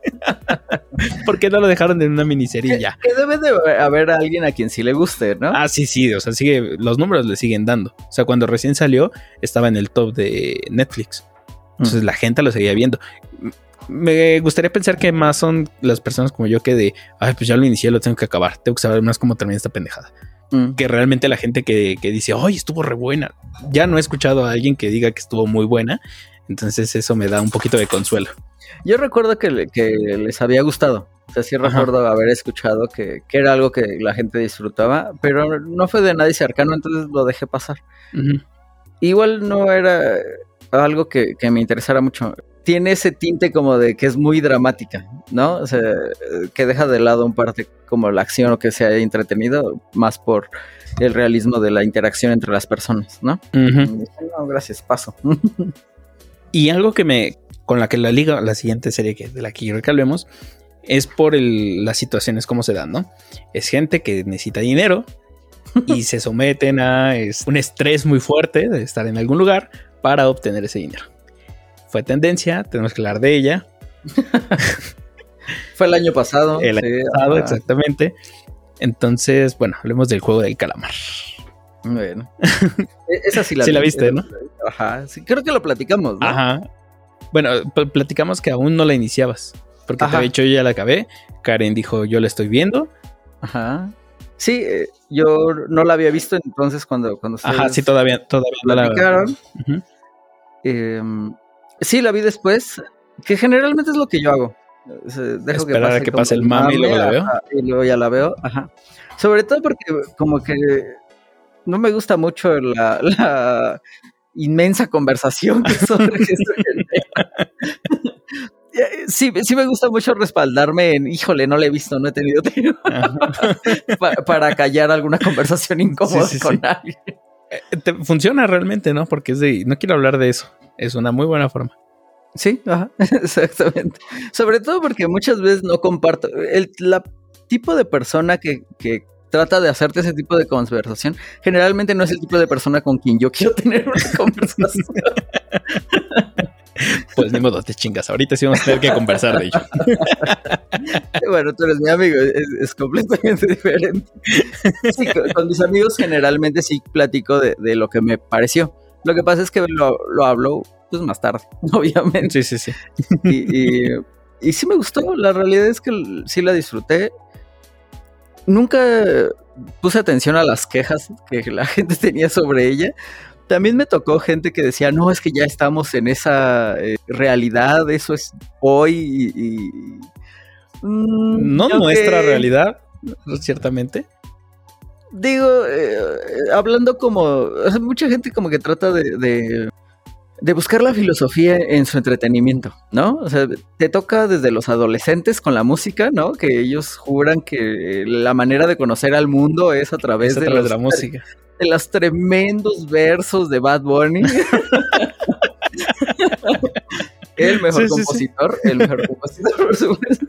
S2: ¿Por qué no lo dejaron en una miniserie
S1: que,
S2: ya?
S1: Que debe de haber alguien a quien sí le guste, ¿no?
S2: Ah, sí, sí, o sea, sigue, los números le siguen dando. O sea, cuando recién salió, estaba en el top de Netflix. Entonces mm. la gente lo seguía viendo. Me gustaría pensar que más son las personas como yo que de, ay, pues ya lo inicié, lo tengo que acabar. Tengo que saber más cómo termina esta pendejada. Mm. Que realmente la gente que, que dice, ay, estuvo re buena. Ya no he escuchado a alguien que diga que estuvo muy buena. Entonces eso me da un poquito de consuelo.
S1: Yo recuerdo que, que les había gustado. O sea, sí recuerdo Ajá. haber escuchado que, que era algo que la gente disfrutaba, pero no fue de nadie cercano, entonces lo dejé pasar. Uh-huh. Igual no era algo que, que me interesara mucho. tiene ese tinte como de que es muy dramática, ¿no? O sea, que deja de lado un parte como la acción o que sea entretenido, más por el realismo de la interacción entre las personas, ¿no? Uh-huh. No, gracias, paso.
S2: Y algo que me, con la que la liga, la siguiente serie que, de la que quiero que hablemos, es por el, las situaciones como se dan, ¿no? Es gente que necesita dinero y se someten a es, un estrés muy fuerte de estar en algún lugar para obtener ese dinero. Fue tendencia, tenemos que hablar de ella.
S1: Fue el año pasado.
S2: El sí, año pasado, ajá. Exactamente. Entonces, bueno, hablemos del juego del calamar.
S1: Bueno. Esa sí la
S2: sí
S1: vi.
S2: la viste, ¿no?
S1: Ajá. Sí, creo que lo platicamos, ¿no?
S2: Ajá. Bueno, platicamos que aún no la iniciabas. Porque ajá. Te había dicho, yo ya la acabé. Karen dijo, yo la estoy viendo.
S1: Ajá. Sí, eh, yo no la había visto entonces cuando... cuando
S2: ajá, sí, todavía, todavía
S1: no la platicaron. Uh-huh. Eh, sí, la vi después, que generalmente es lo que yo hago. O sea, dejo
S2: esperar
S1: que pase
S2: a que pase el mame y luego la veo.
S1: Ajá, y luego ya la veo, ajá. Sobre todo porque como que no me gusta mucho la, la inmensa conversación que sobre esto genera. Sí, sí me gusta mucho respaldarme en, híjole, no la he visto, no he tenido tiempo para, para callar alguna conversación incómoda sí, sí, con sí. alguien.
S2: Eh, te funciona realmente, ¿no? Porque es de, no quiero hablar de eso. Es una muy buena forma.
S1: Sí, ajá, exactamente. Sobre todo porque muchas veces no comparto. El la tipo de persona que, que trata de hacerte ese tipo de conversación, generalmente no es el tipo de persona con quien yo quiero tener una conversación.
S2: Pues ni modo, te chingas. Ahorita sí vamos a tener que conversar de ello.
S1: Bueno, tú eres mi amigo, es, es completamente diferente. Sí, con, con mis amigos generalmente sí platico de, de lo que me pareció. Lo que pasa es que lo, lo hablo pues más tarde, obviamente.
S2: Sí, sí, sí.
S1: Y, y, y sí me gustó, la realidad es que sí la disfruté. Nunca puse atención a las quejas que la gente tenía sobre ella. También me tocó gente que decía, no, es que ya estamos en esa eh, realidad, eso es hoy y... y
S2: mmm, no nuestra que, realidad, ciertamente.
S1: Digo, eh, hablando como... O sea, mucha gente como que trata de, de, de buscar la filosofía en su entretenimiento, ¿no? O sea, te toca desde los adolescentes con la música, ¿no? Que ellos juran que la manera de conocer al mundo es a través,
S2: es a
S1: de,
S2: través
S1: los,
S2: de la música.
S1: De los tremendos versos de Bad Bunny. El mejor sí, compositor, sí, sí. el mejor compositor, por supuesto.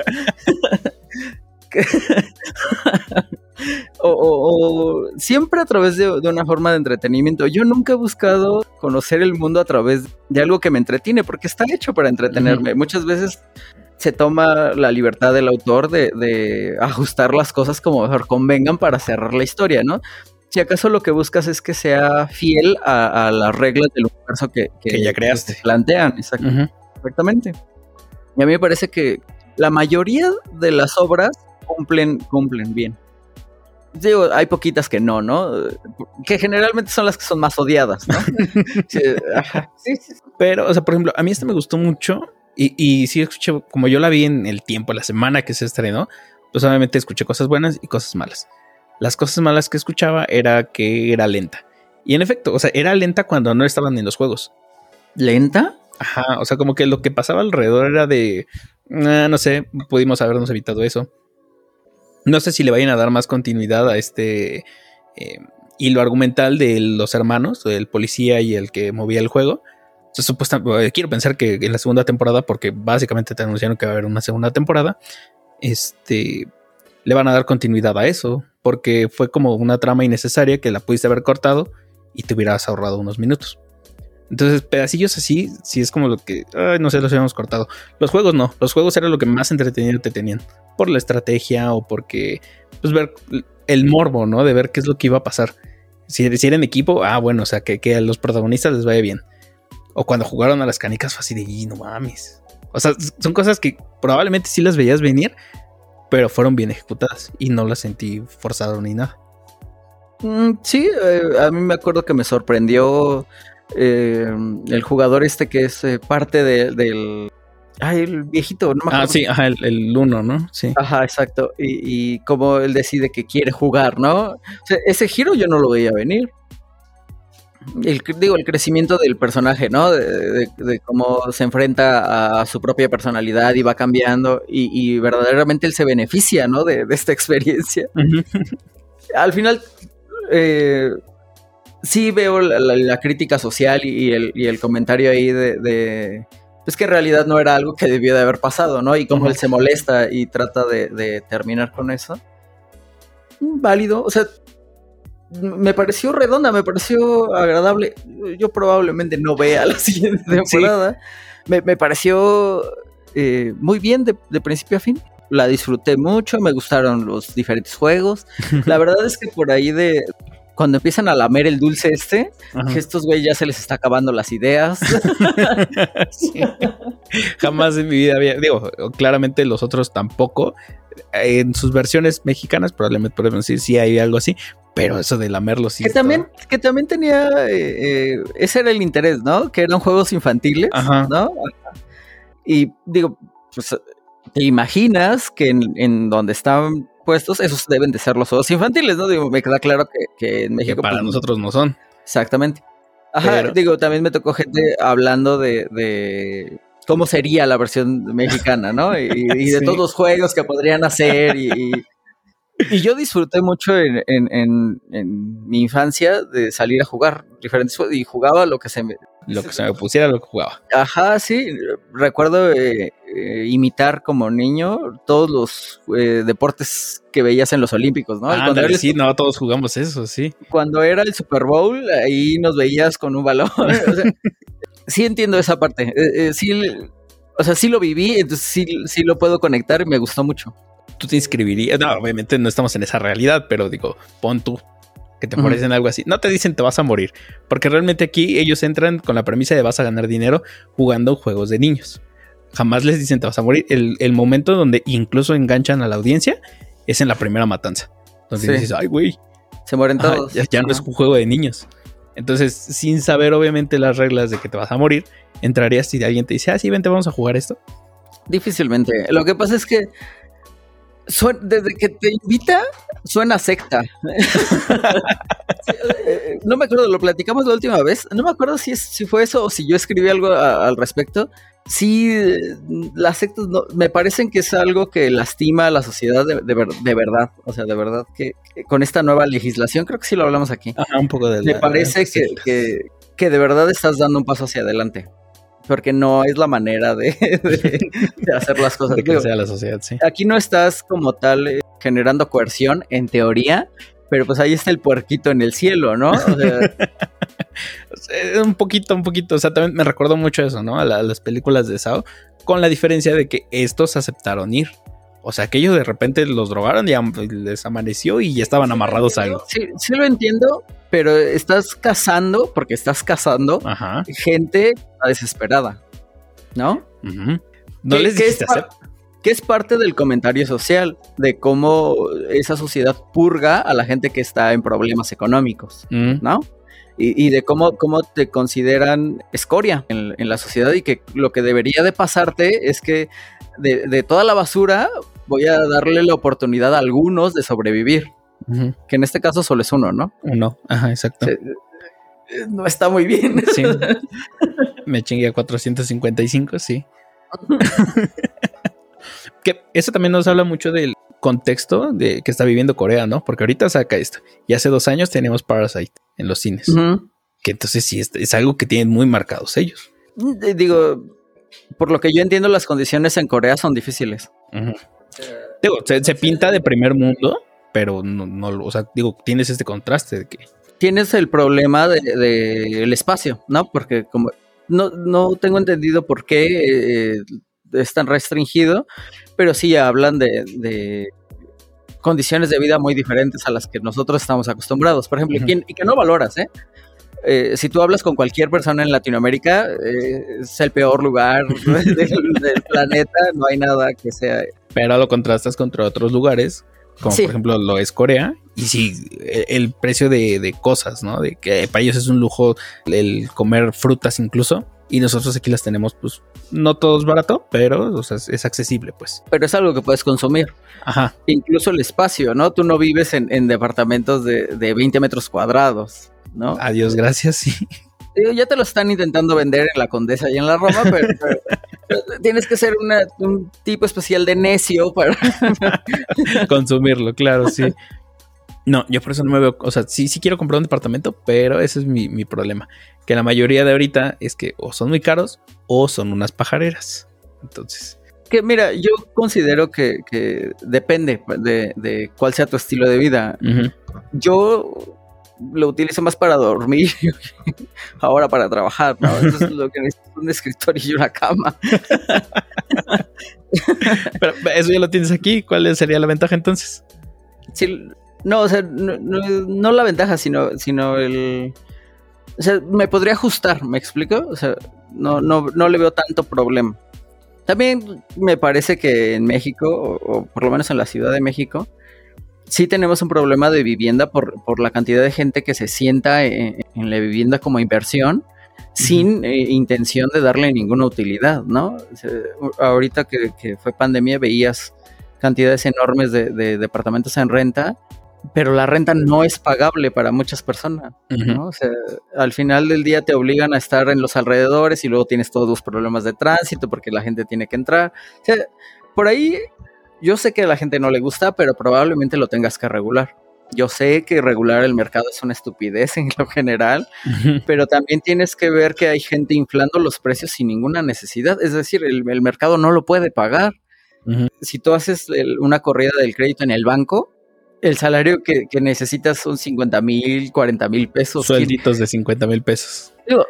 S1: o, o, o siempre a través de, de una forma de entretenimiento. Yo nunca he buscado conocer el mundo a través de algo que me entretiene, porque está hecho para entretenerme. Uh-huh. Muchas veces se toma la libertad del autor de, de ajustar las cosas como mejor convengan para cerrar la historia, ¿no? Si acaso lo que buscas es que sea fiel a, a las reglas del universo que, que,
S2: que ya creaste.
S1: Que plantean, exacto, uh-huh. exactamente. Y a mí me parece que la mayoría de las obras cumplen, cumplen bien. Digo, hay poquitas que no, ¿no? Que generalmente son las que son más odiadas, ¿no? sí,
S2: sí, sí. Pero, o sea, por ejemplo, a mí esta me gustó mucho y, y sí escuché, como yo la vi en el tiempo, la semana que se estrenó, pues obviamente escuché cosas buenas y cosas malas. Las cosas malas que escuchaba era que era lenta. Y en efecto, o sea, era lenta cuando no estaban en los juegos.
S1: ¿Lenta?
S2: Ajá, o sea, como que lo que pasaba alrededor era de... Eh, no sé, pudimos habernos evitado eso. No sé si le vayan a dar más continuidad a este eh, hilo argumental de los hermanos, el policía y el que movía el juego. O sea, supuestamente, quiero pensar que en la segunda temporada, porque básicamente te anunciaron que va a haber una segunda temporada, este... le van a dar continuidad a eso, porque fue como una trama innecesaria que la pudiste haber cortado y te hubieras ahorrado unos minutos. Entonces, pedacillos así, sí es como lo que, ay, no sé, los habíamos cortado. Los juegos no, los juegos era lo que más entretenido te tenían, por la estrategia o porque, pues, ver el morbo, ¿no? De ver qué es lo que iba a pasar. Si, si era en equipo, ah, bueno, o sea, que, que a los protagonistas les vaya bien. O cuando jugaron a las canicas fue así de, no mames. O sea, son cosas que probablemente sí las veías venir, pero fueron bien ejecutadas y no las sentí forzado ni nada.
S1: Mm, sí, eh, a mí me acuerdo que me sorprendió eh, el jugador este que es eh, parte de, del... Ay, el viejito, no me acuerdo.
S2: Ah, sí, ajá, el, el uno, ¿no? Sí.
S1: Ajá, exacto. Y, y cómo él decide que quiere jugar, ¿no? O sea, ese giro yo no lo veía venir. El, digo, el crecimiento del personaje, ¿no? De, de, de cómo se enfrenta a su propia personalidad y va cambiando y, y verdaderamente él se beneficia, ¿no? De, de esta experiencia. Uh-huh. Al final, eh, sí veo la, la, la crítica social y el, y el comentario ahí de, de... Pues que en realidad no era algo que debió de haber pasado, ¿no? Y cómo uh-huh. él se molesta y trata de, de terminar con eso. Válido, o sea... Me pareció redonda, me pareció agradable. Yo probablemente no vea la siguiente temporada. Sí. Me, me pareció eh, muy bien de, de principio a fin. La disfruté mucho, me gustaron los diferentes juegos. La verdad es que por ahí de... Cuando empiezan a lamer el dulce este, ajá. que estos güeyes ya se les está acabando las ideas.
S2: Sí. Jamás en mi vida había... Digo, claramente los otros tampoco. En sus versiones mexicanas probablemente podemos decir sí hay algo así. Pero eso de lamerlo sí.
S1: Que también, que también tenía, eh, eh, ese era el interés, ¿no? Que eran juegos infantiles, ajá. ¿no? Y digo, pues, te imaginas que en, en donde están puestos, esos deben de ser los juegos infantiles, ¿no? Digo, me queda claro que, que en México...
S2: Que para pues, nosotros no son.
S1: Exactamente. Ajá, pero... digo, también me tocó gente hablando de... de cómo sería la versión mexicana, ¿no? Y, y de sí. todos los juegos que podrían hacer y... y Y yo disfruté mucho en, en, en, en mi infancia de salir a jugar diferentes juegos y jugaba lo que se me...
S2: Lo que se me pusiera, lo que jugaba.
S1: Ajá, sí. Recuerdo eh, eh, imitar como niño todos los eh, deportes que veías en los Olímpicos, ¿no?
S2: Ah, cuando dale, sí, el... no, todos jugamos eso, sí.
S1: Cuando era el Super Bowl, ahí nos veías con un balón. O sea, sí entiendo esa parte. Eh, eh, sí, o sea, sí lo viví, entonces sí, sí lo puedo conectar y me gustó mucho.
S2: ¿Tú te inscribirías? No, obviamente no estamos en esa realidad, pero digo, pon tú que te mueres uh-huh. en algo así. No te dicen te vas a morir, porque realmente aquí ellos entran con la premisa de vas a ganar dinero jugando juegos de niños. Jamás les dicen te vas a morir. El, el momento donde incluso enganchan a la audiencia es en la primera matanza, donde sí. dices, ay güey,
S1: se mueren todos.
S2: Ya, ya no es un juego de niños. Entonces, sin saber obviamente las reglas de que te vas a morir, entrarías si alguien te dice, ah, sí, vente, vamos a jugar esto.
S1: Difícilmente. Lo que pasa es que Suena, desde que te invita, suena secta. No me acuerdo, lo platicamos la última vez. No me acuerdo si, es, si fue eso o si yo escribí algo a, al respecto. Sí, las sectas no, me parecen que es algo que lastima a la sociedad de, de, ver, de verdad. O sea, de verdad que, que con esta nueva legislación, creo que sí lo hablamos aquí.
S2: Ajá, un poco de
S1: Me
S2: la,
S1: parece que, que, que de verdad estás dando un paso hacia adelante. Porque no es la manera de, de, de hacer las cosas.
S2: De que sea la sociedad, sí.
S1: Aquí no estás como tal eh, generando coerción, en teoría, pero pues ahí está el puerquito en el cielo, ¿no? O sea,
S2: un poquito, un poquito. O sea, también me recordó mucho eso, ¿no? A, la, a las películas de Saw, con la diferencia de que estos aceptaron ir. O sea, que ellos de repente los drogaron y les amaneció y ya estaban sí, amarrados a algo.
S1: Sí, sí lo entiendo, pero estás cazando, porque estás cazando Ajá. gente desesperada, ¿no?
S2: Uh-huh. No
S1: ¿Qué,
S2: les
S1: ¿qué,
S2: dijiste
S1: es
S2: hacer?
S1: Que es parte del comentario social, de cómo esa sociedad purga a la gente que está en problemas económicos, uh-huh. ¿no? Y, y de cómo, cómo te consideran escoria en, en la sociedad y que lo que debería de pasarte es que de, de toda la basura voy a darle la oportunidad a algunos de sobrevivir. Uh-huh. Que en este caso solo es uno, ¿no?
S2: Uno, ajá, exacto.
S1: Se, no está muy bien.
S2: Sí. Me chingué a cuatrocientos cincuenta y cinco, sí. Que eso también nos habla mucho del contexto de que está viviendo Corea, ¿no? Porque ahorita saca esto. Y hace dos años tenemos Parasite en los cines. Uh-huh. Que entonces sí, es, es algo que tienen muy marcados ellos.
S1: Digo, por lo que yo entiendo, las condiciones en Corea son difíciles.
S2: Uh-huh. Digo, se, se pinta de primer mundo, pero no, no, o sea, digo, tienes este contraste de que...
S1: Tienes el problema del de, de espacio, ¿no? Porque como no, no tengo entendido por qué eh, es tan restringido, pero sí hablan de, de condiciones de vida muy diferentes a las que nosotros estamos acostumbrados. Por ejemplo, uh-huh. y, y que no valoras, ¿eh? Eh, si tú hablas con cualquier persona en Latinoamérica, eh, es el peor lugar del, del planeta, no hay nada que sea...
S2: Pero lo contrastas contra otros lugares, como sí. por ejemplo lo es Corea, y sí, el, el precio de, de cosas, ¿no? De que para ellos es un lujo el comer frutas incluso, y nosotros aquí las tenemos, pues, no todos barato, pero o sea, es accesible, pues.
S1: Pero es algo que puedes consumir.
S2: Ajá.
S1: Incluso el espacio, ¿no? Tú no vives en, en departamentos de, de veinte metros cuadrados. ¿no?
S2: Adiós, gracias, sí.
S1: Ya te lo están intentando vender en la Condesa y en la Roma, pero, pero, pero tienes que ser una, un tipo especial de necio para
S2: consumirlo, claro, sí. No, yo por eso no me veo, o sea, sí, sí quiero comprar un departamento, pero ese es mi, mi problema, que la mayoría de ahorita es que o son muy caros o son unas pajareras. Entonces,
S1: que mira, yo considero que, que depende de, de cuál sea tu estilo de vida. Uh-huh. Yo lo utilizo más para dormir, ahora para trabajar, ¿no? Eso es lo que necesito, un escritorio y una cama.
S2: Pero eso ya lo tienes aquí, ¿cuál sería la ventaja entonces?
S1: Sí, no, o sea, no, no, no la ventaja, sino, sino el... O sea, me podría ajustar, ¿me explico? O sea, no, no, no le veo tanto problema. También me parece que en México, o, o por lo menos en la Ciudad de México, sí tenemos un problema de vivienda por, por la cantidad de gente que se sienta en, en la vivienda como inversión, uh-huh. sin eh, intención de darle ninguna utilidad, ¿no? O sea, ahorita que, que fue pandemia veías cantidades enormes de, de departamentos en renta, pero la renta no es pagable para muchas personas, uh-huh. ¿no? O sea, al final del día te obligan a estar en los alrededores y luego tienes todos los problemas de tránsito porque la gente tiene que entrar. O sea, por ahí yo sé que a la gente no le gusta, pero probablemente lo tengas que regular. Yo sé que regular el mercado es una estupidez en lo general, uh-huh. pero también tienes que ver que hay gente inflando los precios sin ninguna necesidad. Es decir, el, el mercado no lo puede pagar. Uh-huh. Si tú haces el, una corrida del crédito en el banco, el salario que, que necesitas son cincuenta mil, cuarenta mil pesos.
S2: Suelditos de cincuenta mil pesos.
S1: Digo,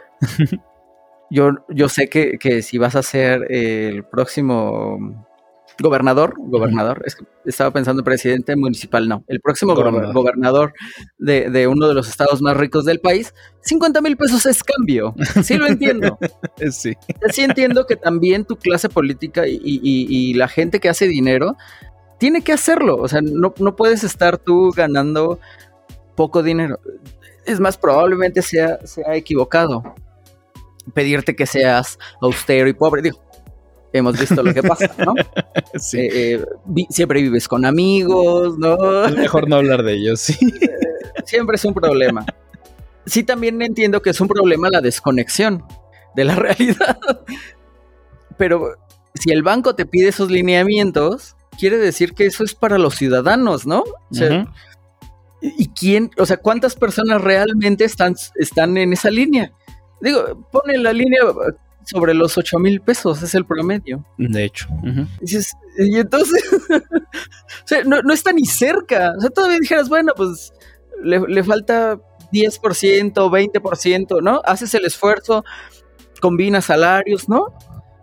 S1: yo, yo sé que, que si vas a ser el próximo gobernador, gobernador, uh-huh. es que estaba pensando presidente municipal, no, el próximo gobernador, gobernador de, de uno de los estados más ricos del país, cincuenta mil pesos es cambio. Sí lo entiendo.
S2: Sí.
S1: Sí entiendo que también tu clase política y, y, y la gente que hace dinero tiene que hacerlo, o sea, no, no puedes estar tú ganando poco dinero. Es más, probablemente sea, sea equivocado pedirte que seas austero y pobre. Digo, hemos visto lo que pasa, ¿no?
S2: Sí.
S1: Eh, eh, vi, siempre vives con amigos, ¿no?
S2: Es mejor no hablar de ellos, sí.
S1: Eh, siempre es un problema. Sí, también entiendo que es un problema la desconexión de la realidad. Pero si el banco te pide esos lineamientos, quiere decir que eso es para los ciudadanos, ¿no? O sea, uh-huh. ¿y quién? O sea, ¿cuántas personas realmente están, están en esa línea? Digo, pone la línea sobre los ocho mil pesos, es el promedio.
S2: De hecho. Uh-huh.
S1: Y entonces, o sea, no, no está ni cerca. O sea, todavía dijeras, bueno, pues le, le falta diez por ciento, veinte por ciento, ¿no? Haces el esfuerzo, combinas salarios, ¿no?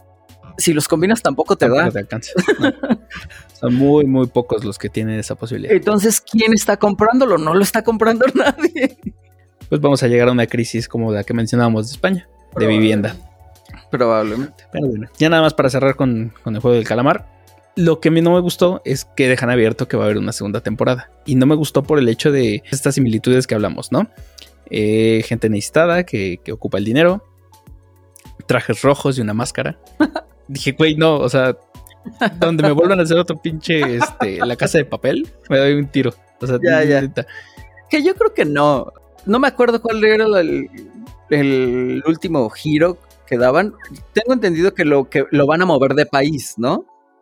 S1: Si los combinas tampoco te
S2: tampoco
S1: da.
S2: Te alcanza. No. Son muy, muy pocos los que tienen esa posibilidad.
S1: Entonces, ¿quién está comprándolo? No lo está comprando nadie.
S2: Pues vamos a llegar a una crisis como la que mencionábamos de España, de vivienda.
S1: Probablemente.
S2: Pero bueno, ya nada más para cerrar con, con el juego del calamar. Lo que a mí no me gustó es que dejan abierto que va a haber una segunda temporada. Y no me gustó por el hecho de estas similitudes que hablamos, ¿no? Eh, gente necesitada que, que ocupa el dinero, trajes rojos y una máscara. Dije, güey, no, o sea, donde me vuelvan a hacer otro pinche, este, La Casa de Papel, me doy un tiro. O sea,
S1: ya, ya. Que yo creo que no. No me acuerdo cuál era el, el último giro que daban. Tengo entendido que lo, que lo van a mover de país, ¿no?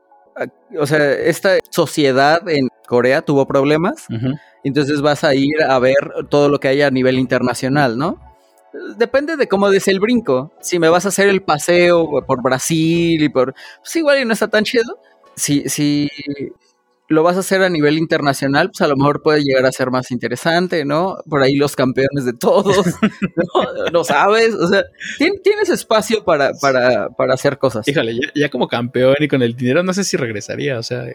S1: O sea, esta sociedad en Corea tuvo problemas, uh-huh. entonces vas a ir a ver todo lo que hay a nivel internacional, ¿no? Depende de cómo des el brinco. Si me vas a hacer el paseo por Brasil y por... Pues igual y no está tan chido. Si, si lo vas a hacer a nivel internacional, pues a lo mejor puede llegar a ser más interesante, ¿no? Por ahí los campeones de todos, ¿no? ¿No sabes? O sea, tienes espacio para, para, para hacer cosas.
S2: Híjole, ya, ya como campeón y con el dinero no sé si regresaría, o sea...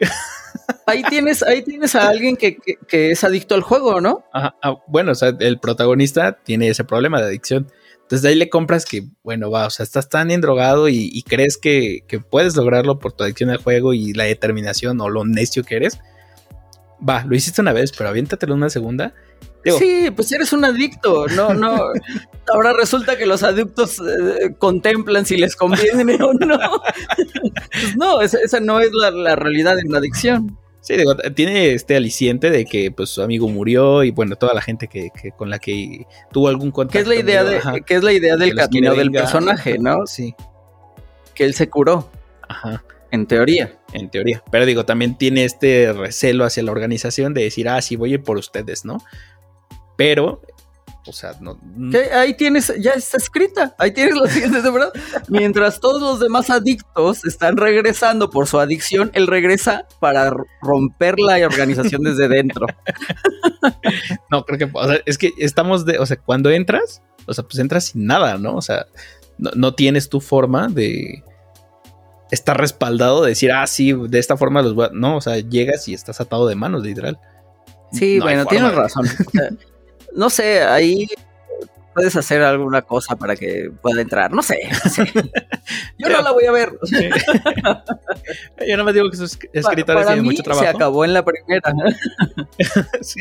S1: Ahí tienes, ahí tienes a alguien que, que, que es adicto al juego, ¿no?
S2: Ajá, ah, bueno, o sea, el protagonista tiene ese problema de adicción. Entonces de ahí le compras que, bueno, va, o sea, estás tan endrogado y, y crees que, que puedes lograrlo por tu adicción al juego y la determinación o lo necio que eres. Va, lo hiciste una vez, pero aviéntatelo una segunda.
S1: Digo, sí, pues eres un adicto, no, no. Ahora resulta que los adictos eh, contemplan si les conviene o no. Pues no, esa, esa no es la, la realidad de una adicción.
S2: Sí, digo, tiene este aliciente de que pues su amigo murió y bueno, toda la gente que, que con la que tuvo algún contacto.
S1: ¿Qué es la idea
S2: murió,
S1: de,
S2: ajá,
S1: ¿qué es la idea del camino del
S2: vengar,
S1: personaje, no?
S2: Sí.
S1: Que él se curó.
S2: Ajá.
S1: En teoría.
S2: En teoría. Pero digo, también tiene este recelo hacia la organización de decir, ah, sí, voy a ir por ustedes, ¿no? Pero, o sea, no.
S1: ¿Qué? Ahí tienes, ya está escrita. Ahí tienes lo siguiente, de verdad. Mientras todos los demás adictos están regresando por su adicción, él regresa para romper la organización desde dentro.
S2: No, creo que, o sea, es que estamos de, o sea, cuando entras, o sea, pues entras sin nada, ¿no? O sea, no, no tienes tu forma de estar respaldado, de decir, ah, sí, de esta forma los voy a... No, o sea, llegas y estás atado de manos, literal.
S1: Sí,
S2: no
S1: bueno, tienes razón. O sea, no sé, ahí puedes hacer alguna cosa para que pueda entrar. No sé. No sé. Yo Pero, no la voy a ver.
S2: Sí. Yo nada más digo que sus escritores tienen mucho trabajo.
S1: Se acabó en la primera.
S2: Sí.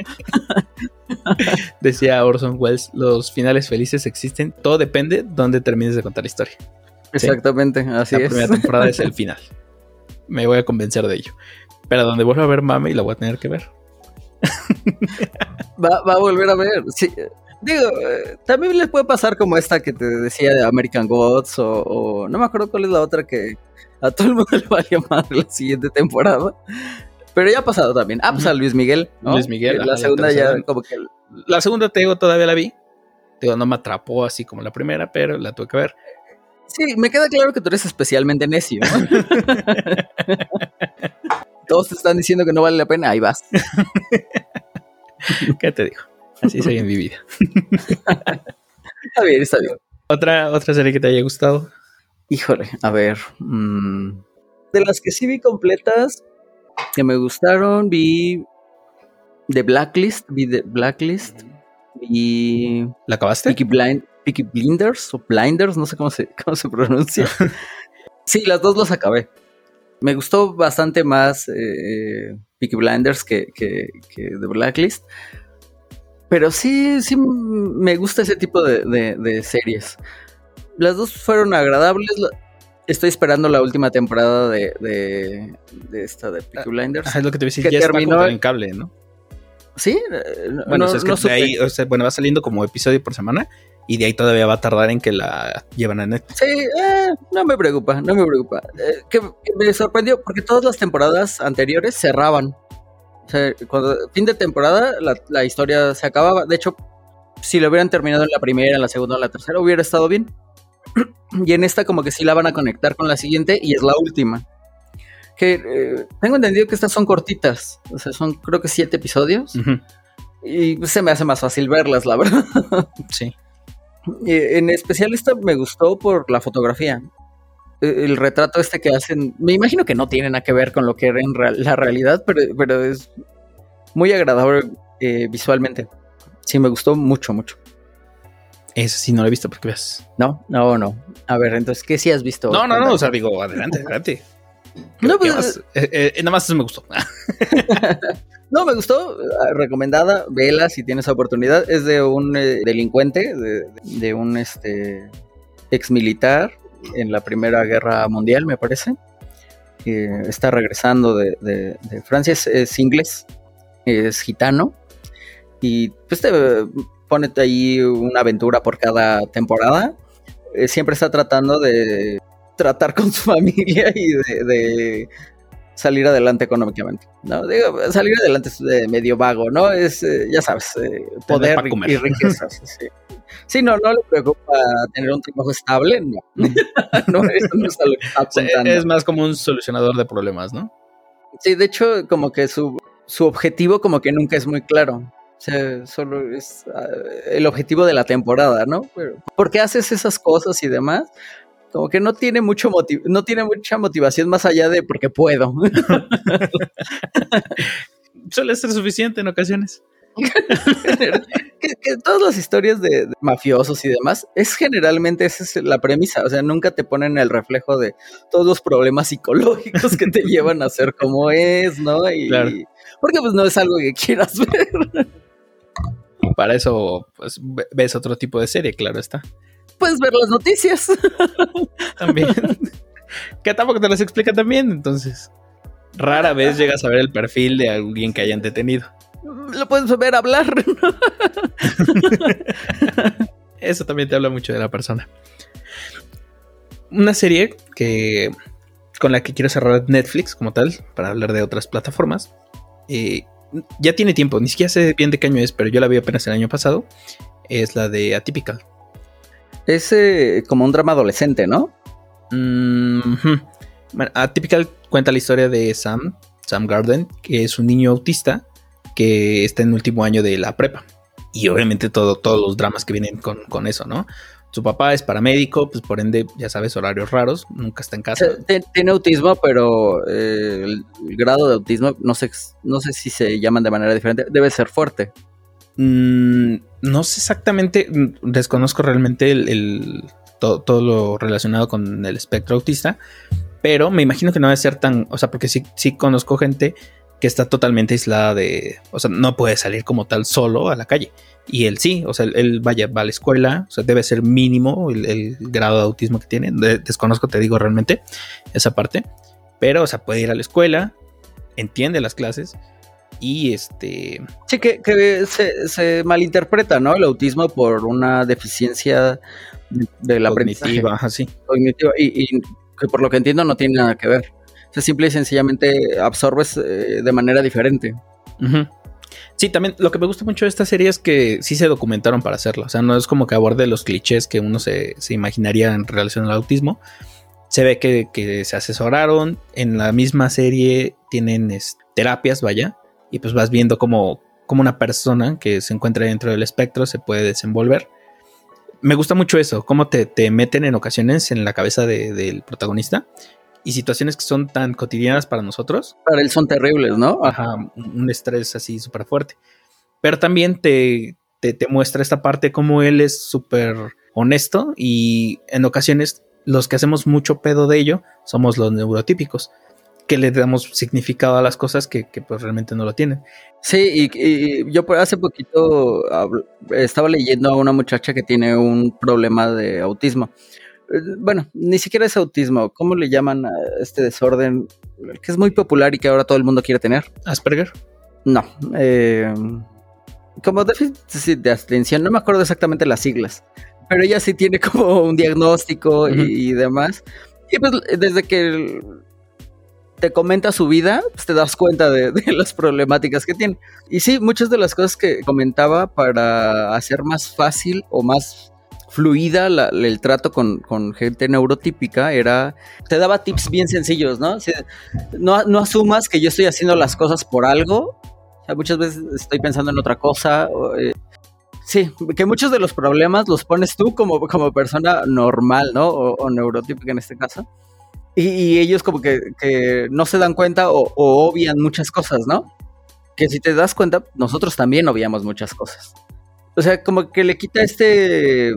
S2: Decía Orson Welles, los finales felices existen. Todo depende de dónde termines de contar la historia.
S1: Exactamente, ¿sí? Así
S2: la
S1: es.
S2: La primera temporada es el final. Me voy a convencer de ello. Pero donde vuelva a ver Mame y la voy a tener que ver.
S1: Va, va a volver a ver. Sí. Digo, eh, también les puede pasar como esta que te decía de American Gods o, o no me acuerdo cuál es la otra que a todo el mundo le va a llamar la siguiente temporada. Pero ya ha pasado también. Ah, pues a Luis Miguel, ¿no?
S2: Luis Miguel.
S1: La
S2: ajá,
S1: segunda
S2: la
S1: ya como que...
S2: La segunda, te digo, todavía la vi. Te digo, no me atrapó así como la primera, pero la tuve que ver.
S1: Sí, me queda claro que tú eres especialmente necio, ¿no? Todos te están diciendo que no vale la pena, ahí vas.
S2: ¿Qué te digo? Así soy en mi vida.
S1: Está bien, está bien.
S2: ¿Otra, otra serie que te haya gustado?
S1: Híjole, a ver. Mmm, de las que sí vi completas, que me gustaron, vi The Blacklist, vi The Blacklist, vi...
S2: ¿La acabaste?
S1: Peaky, Blind, Peaky Blinders o Blinders, no sé cómo se, cómo se pronuncia. Sí, las dos las acabé. Me gustó bastante más eh, Peaky Blinders que, que, que The Blacklist. Pero sí, sí me gusta ese tipo de, de, de series. Las dos fueron agradables. Estoy esperando la última temporada de, de, de esta de Peaky Blinders.
S2: Ah, es lo que te voy a decir,
S1: que
S2: ya
S1: terminó
S2: está en cable, ¿no?
S1: Sí.
S2: Bueno,
S1: no,
S2: o sea, es que
S1: no
S2: de ahí, o sea, bueno, va saliendo como episodio por semana y de ahí todavía va a tardar en que la llevan a Netflix.
S1: Sí, eh, no me preocupa, no me preocupa. Eh, que, que me sorprendió porque todas las temporadas anteriores cerraban. O sea, cuando fin de temporada la, la historia se acababa. De hecho, si lo hubieran terminado en la primera, en la segunda o en la tercera, hubiera estado bien. Y en esta como que sí la van a conectar con la siguiente y es la última. Que eh, tengo entendido que estas son cortitas. O sea, son creo que siete episodios. Uh-huh. Y pues, se me hace más fácil verlas, la verdad.
S2: Sí.
S1: Eh, en especial esta me gustó por la fotografía. El retrato este que hacen, me imagino que no tiene nada que ver con lo que era en real, la realidad, pero, pero es muy agradable eh, visualmente. Sí, me gustó mucho, mucho.
S2: Eso sí, no lo he visto porque veas.
S1: No, no, no. A ver, entonces, ¿qué sí has visto?
S2: No, no, no, o sea, digo, adelante, adelante.
S1: No, pues,
S2: más? Eh, eh, nada más eso me gustó.
S1: No, me gustó, recomendada, vela si tienes oportunidad. Es de un eh, delincuente, de, de un este ex militar en la Primera Guerra Mundial, me parece. Eh, está regresando de, de, de Francia, es, es inglés, es gitano, y pues te pone ahí una aventura por cada temporada. Eh, siempre está tratando de tratar con su familia y de, de salir adelante económicamente, ¿no? Digo, salir adelante es eh, medio vago, ¿no? Es, eh, ya sabes, eh, poder y, y riquezas. Sí. Sí, no, no le preocupa tener un trabajo estable, no. No, eso no es a lo que está apuntando.
S2: O sea, es más como un solucionador de problemas, ¿no?
S1: Sí, de hecho, como que su, su objetivo como que nunca es muy claro. O sea, solo es uh, el objetivo de la temporada, ¿no? Pero, ¿por qué haces esas cosas y demás? Como que no tiene mucho motiv- no tiene mucha motivación más allá de porque puedo.
S2: Suele ser suficiente en ocasiones.
S1: que, que todas las historias de, de mafiosos y demás, es generalmente esa es la premisa. O sea, nunca te ponen el reflejo de todos los problemas psicológicos que te llevan a ser como es, ¿no? Y,
S2: claro.
S1: Porque pues no es algo que quieras ver.
S2: Para eso pues ves otro tipo de serie, claro está.
S1: Puedes ver las noticias.
S2: También. Que tampoco te las explica también, entonces. Rara vez llegas a ver el perfil de alguien que hayan detenido.
S1: Lo puedes ver hablar.
S2: Eso también te habla mucho de la persona. Una serie que con la que quiero cerrar Netflix como tal, para hablar de otras plataformas. Eh, ya tiene tiempo, ni siquiera sé bien de qué año es, pero yo la vi apenas el año pasado. Es la de Atypical.
S1: Es eh, como un drama adolescente, ¿no?
S2: Mm-hmm. Bueno, Atypical cuenta la historia de Sam, Sam Garden, que es un niño autista que está en el último año de la prepa. Y obviamente todo, todos los dramas que vienen con, con eso, ¿no? Su papá es paramédico, pues por ende, ya sabes, horarios raros, nunca está en casa.
S1: Tiene autismo, pero eh, el, el grado de autismo, no sé, no sé si se llaman de manera diferente, debe ser fuerte.
S2: Mm, no sé exactamente, desconozco realmente el, el, todo, todo lo relacionado con el espectro autista, pero me imagino que no debe ser tan, o sea, porque sí, sí conozco gente que está totalmente aislada de, o sea, no puede salir como tal solo a la calle. Y él sí, o sea, él, él vaya, va a la escuela, o sea, debe ser mínimo el, el grado de autismo que tiene. De, desconozco, te digo realmente, esa parte. Pero, o sea, puede ir a la escuela, entiende las clases y este...
S1: Sí, que, que se, se malinterpreta, ¿no? El autismo por una deficiencia del aprendizaje.
S2: Cognitiva, ajá, sí.
S1: Cognitiva, y, y que por lo que entiendo no tiene nada que ver. O sea, simple y sencillamente absorbes eh, de manera diferente.
S2: Uh-huh. Sí, también lo que me gusta mucho de esta serie es que sí se documentaron para hacerlo. O sea, no es como que aborde los clichés que uno se, se imaginaría en relación al autismo. Se ve que, que se asesoraron. En la misma serie tienen es, terapias, vaya. Y pues vas viendo cómo, cómo una persona que se encuentra dentro del espectro se puede desenvolver. Me gusta mucho eso, cómo te, te meten en ocasiones en la cabeza de, del protagonista. Y situaciones que son tan cotidianas para nosotros.
S1: Para él son terribles, ¿no?
S2: Ajá, un estrés así súper fuerte. Pero también te, te, te muestra esta parte como él es súper honesto y en ocasiones los que hacemos mucho pedo de ello somos los neurotípicos, que le damos significado a las cosas que, que pues realmente no lo tienen.
S1: Sí, y, y yo por hace poquito estaba leyendo a una muchacha que tiene un problema de autismo. Bueno, ni siquiera es autismo. ¿Cómo le llaman a este desorden que es muy popular y que ahora todo el mundo quiere tener?
S2: ¿Asperger?
S1: No. Eh, como déficit de atención. No me acuerdo exactamente las siglas. Pero ella sí tiene como un diagnóstico uh-huh. y, y demás. Y pues desde que te comenta su vida, pues te das cuenta de, de las problemáticas que tiene. Y sí, muchas de las cosas que comentaba para hacer más fácil o más fluida la, el trato con, con gente neurotípica era, te daba tips bien sencillos, ¿no? O sea, no, no asumas que yo estoy haciendo las cosas por algo. O sea, muchas veces estoy pensando en otra cosa. Eh, sí, que muchos de los problemas los pones tú como, como persona normal, ¿no? O, o neurotípica en este caso. Y, y ellos como que, que no se dan cuenta o, o obvian muchas cosas, ¿no? Que si te das cuenta, nosotros también obviamos muchas cosas. O sea, como que le quita este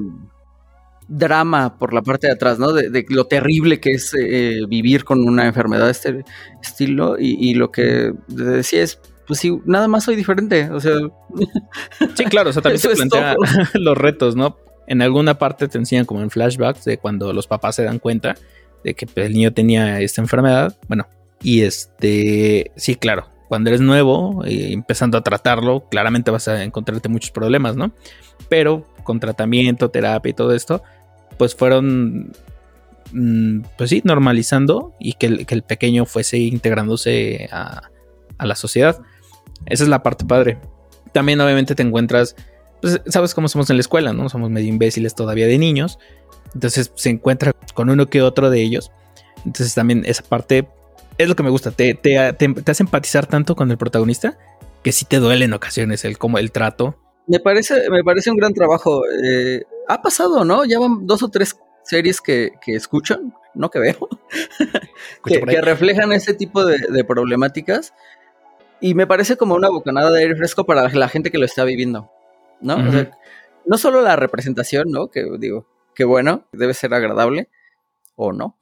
S1: drama por la parte de atrás, ¿no? De, de lo terrible que es eh, vivir con una enfermedad de este estilo. Y, y lo que decía es, pues sí, nada más soy diferente. O sea...
S2: Sí, claro, o sea, también se plantea los retos, ¿no? En alguna parte te enseñan como en flashbacks de cuando los papás se dan cuenta de que el niño tenía esta enfermedad. Bueno, y este... Sí, claro. Cuando eres nuevo, eh, empezando a tratarlo, claramente vas a encontrarte muchos problemas, ¿no? Pero con tratamiento, terapia y todo esto, pues fueron, mmm, pues sí, normalizando y que el, que el pequeño fuese integrándose a, a la sociedad. Esa es la parte padre. También obviamente te encuentras, pues sabes cómo somos en la escuela, ¿no? Somos medio imbéciles todavía de niños. Entonces se encuentra con uno que otro de ellos. Entonces también esa parte... Es lo que me gusta, te, te, te, te hace empatizar tanto con el protagonista que sí te duele en ocasiones el, como el trato.
S1: Me parece, me parece un gran trabajo. Eh, ha pasado, ¿no? Ya van dos o tres series que, que escuchan, no que veo, que, que reflejan ese tipo de, de problemáticas. Y me parece como una bocanada de aire fresco para la gente que lo está viviendo, ¿no? Uh-huh. O sea, no solo la representación, ¿no? Que digo, que bueno, debe ser agradable. O no.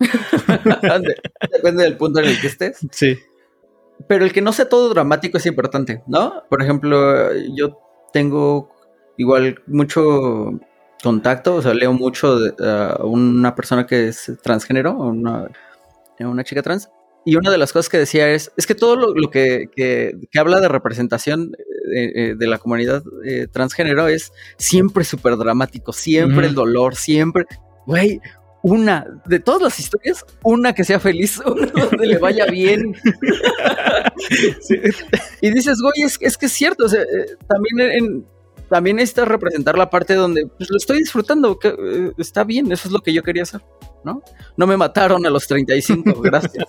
S1: Depende del punto en el que estés.
S2: Sí.
S1: Pero el que no sea todo dramático es importante, ¿no? Por ejemplo, yo tengo igual mucho contacto, o sea, leo mucho de uh, una persona que es transgénero, una, una chica trans, y una de las cosas que decía es, es que todo lo, lo que, que, que habla de representación eh, eh, de la comunidad eh, transgénero es siempre súper dramático, siempre uh-huh. el dolor, siempre, güey, una, de todas las historias, una que sea feliz, una donde le vaya bien. Sí. Y dices, güey, es, es que es cierto, o sea, eh, también en... También necesitas representar la parte donde pues, lo estoy disfrutando, que, eh, está bien, eso es lo que yo quería hacer, ¿no? No me mataron a los treinta y cinco, gracias.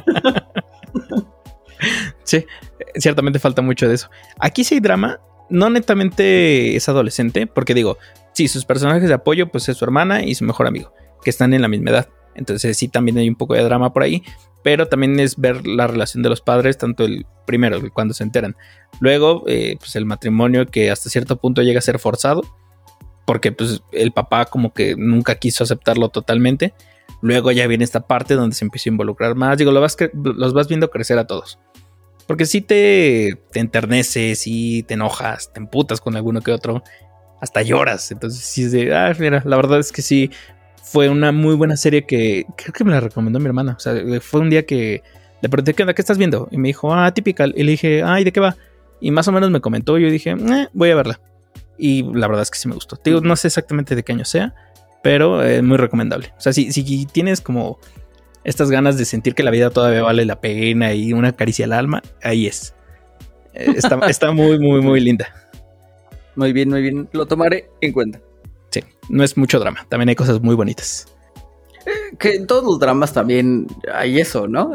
S2: Sí, ciertamente falta mucho de eso. Aquí sí hay drama, no netamente es adolescente, porque digo, sí, sus personajes de apoyo, pues es su hermana y su mejor amigo, que están en la misma edad. Entonces sí, también hay un poco de drama por ahí, pero también es ver la relación de los padres, tanto el primero, cuando se enteran. Luego, eh, pues el matrimonio que hasta cierto punto llega a ser forzado, porque pues el papá como que nunca quiso aceptarlo totalmente. Luego ya viene esta parte donde se empieza a involucrar más. Digo, lo vas cre- los vas viendo crecer a todos. Porque sí te, te enterneces, sí te enojas, te emputas con alguno que otro, hasta lloras. Entonces sí es de, ah, mira, la verdad es que sí... Fue una muy buena serie que creo que me la recomendó mi hermana. O sea, fue un día que le pregunté, ¿qué onda? ¿Qué estás viendo? Y me dijo, ah, Typical. Y le dije, ay, ¿de qué va? Y más o menos me comentó. Y yo dije, eh, voy a verla. Y la verdad es que sí me gustó. Te digo, no sé exactamente de qué año sea, pero es muy recomendable. O sea, si, si tienes como estas ganas de sentir que la vida todavía vale la pena y una caricia al alma, ahí es. Está, está muy, muy, muy linda.
S1: Muy bien, muy bien. Lo tomaré en cuenta.
S2: Sí, no es mucho drama, también hay cosas muy bonitas.
S1: Eh, que en todos los dramas también hay eso, ¿no?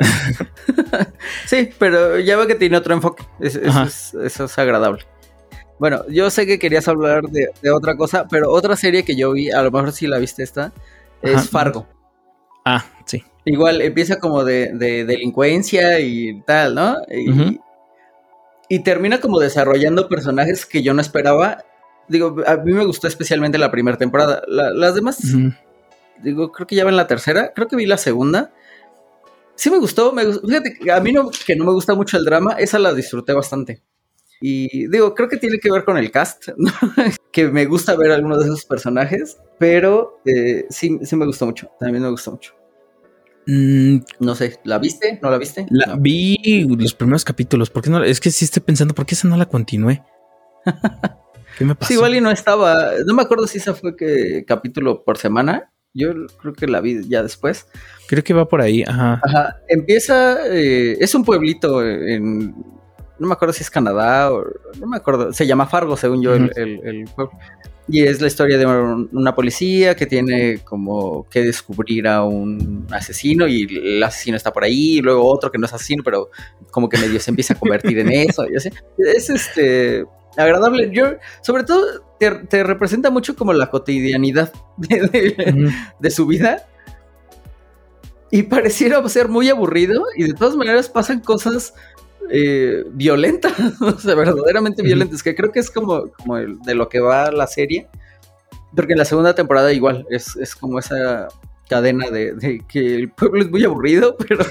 S1: Sí, pero ya veo que tiene otro enfoque. Es, eso, es, eso es agradable. Bueno, yo sé que querías hablar de, de otra cosa, pero otra serie que yo vi, a lo mejor si la viste esta, es Ajá. Fargo.
S2: Ah, sí.
S1: Igual empieza como de, de delincuencia y tal, ¿no? Y, uh-huh. y termina como desarrollando personajes que yo no esperaba. Digo, a mí me gustó especialmente la primera temporada. La, las demás, uh-huh. digo, creo que ya va en la tercera. Creo que vi la segunda. Sí me gustó. Me gustó. Fíjate, a mí no, que no me gusta mucho el drama, esa la disfruté bastante. Y digo, creo que tiene que ver con el cast, ¿no? Que me gusta ver a algunos de esos personajes, pero eh, sí, sí me gustó mucho. También me gustó mucho. Mm, no sé, ¿la viste? ¿No la viste?
S2: La
S1: no.
S2: Vi los primeros capítulos. ¿Por qué no? Es que sí estoy pensando, ¿por qué esa no la continué? ¿Qué me pasó?
S1: Sí, igual y no estaba, no me acuerdo si esa fue que capítulo por semana. Yo creo que la vi ya después.
S2: Creo que va por ahí, ajá.
S1: Ajá, empieza, eh, es un pueblito en, no me acuerdo si es Canadá o, no me acuerdo, se llama Fargo según yo, uh-huh. el, el, el pueblo. Y es la historia de un, una policía que tiene como que descubrir a un asesino y el asesino está por ahí, y luego otro que no es asesino, pero como que medio se empieza a convertir en eso. Y así. Es este... agradable. Yo, sobre todo, te, te representa mucho como la cotidianidad de, de, uh-huh. de su vida. Y pareciera ser muy aburrido. Y de todas maneras pasan cosas eh, violentas. O sea, verdaderamente uh-huh. violentas. Que creo que es como, como el, de lo que va la serie. Porque en la segunda temporada igual. Es, es como esa cadena de, de que el pueblo es muy aburrido. Pero...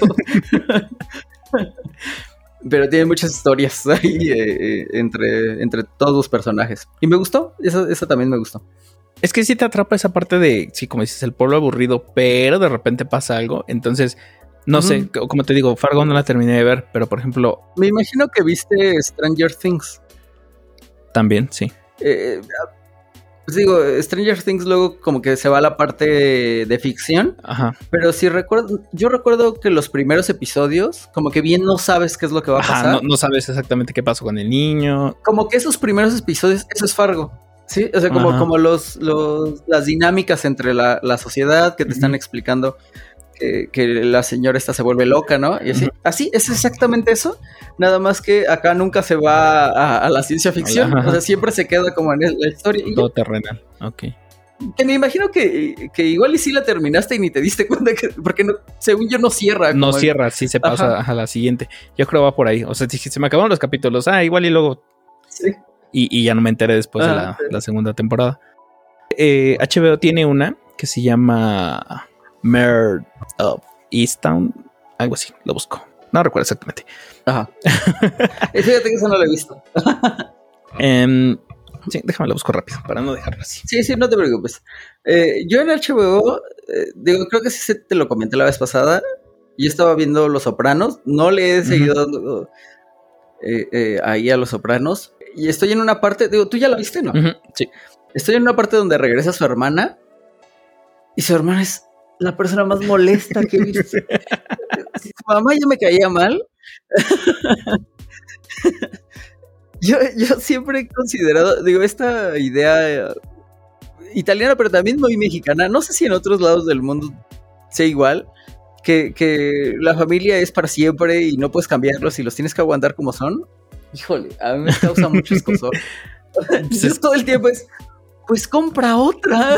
S1: Pero tiene muchas historias ahí eh, entre, entre todos los personajes. Y me gustó, eso, eso también me gustó.
S2: Es que sí te atrapa esa parte de, sí, como dices, el pueblo aburrido, pero de repente pasa algo. Entonces, no mm. sé, como te digo, Fargo no la terminé de ver, pero por ejemplo...
S1: Me imagino que viste Stranger Things.
S2: También, sí.
S1: Eh, pues digo, Stranger Things luego como que se va a la parte de ficción.
S2: Ajá.
S1: Pero sí recuerdo, yo recuerdo que los primeros episodios, como que bien no sabes qué es lo que va a pasar.
S2: Ajá, no, no sabes exactamente qué pasó con el niño.
S1: Como que esos primeros episodios, eso es Fargo. Sí, o sea, como, como los, los las dinámicas entre la, la sociedad que te uh-huh. están explicando que, que la señora esta se vuelve loca, ¿no? Y así, uh-huh. así es exactamente eso, nada más que acá nunca se va a, a la ciencia ficción, uh-huh. o sea, siempre se queda como en la historia.
S2: Todo terrenal, ok.
S1: Que me imagino que, que igual y sí la terminaste y ni te diste cuenta que, porque no, según yo no cierra.
S2: No cierra, el... sí se pasa Ajá. a la siguiente. Yo creo que va por ahí, o sea, dije, se me acabaron los capítulos, ah, igual y luego...
S1: Sí.
S2: Y, y ya no me enteré después ah, de la, sí. la segunda temporada. Eh, H B O tiene una que se llama Mare of Easttown, algo así, lo busco. No recuerdo exactamente.
S1: Ajá. Fíjate que eso no lo he visto.
S2: um, sí, déjame lo busco rápido para no dejarlo así.
S1: Sí, sí, no te preocupes. Eh, yo en H B O, eh, digo, creo que sí te lo comenté la vez pasada. yo estaba viendo Los Sopranos, no le he seguido uh-huh. dando eh, eh, ahí a Los Sopranos, y estoy en una parte, digo, ¿tú ya la viste, no?
S2: Uh-huh. Sí.
S1: Estoy en una parte donde regresa su hermana, y su hermana es la persona más molesta que he visto. Si su mamá ya me caía mal, yo, yo siempre he considerado, digo, esta idea italiana, pero también muy mexicana, no sé si en otros lados del mundo sea igual, que, que la familia es para siempre y no puedes cambiarlos y los tienes que aguantar como son. Híjole, a mí me causa mucho escozor. Yo todo el tiempo es, pues compra otra.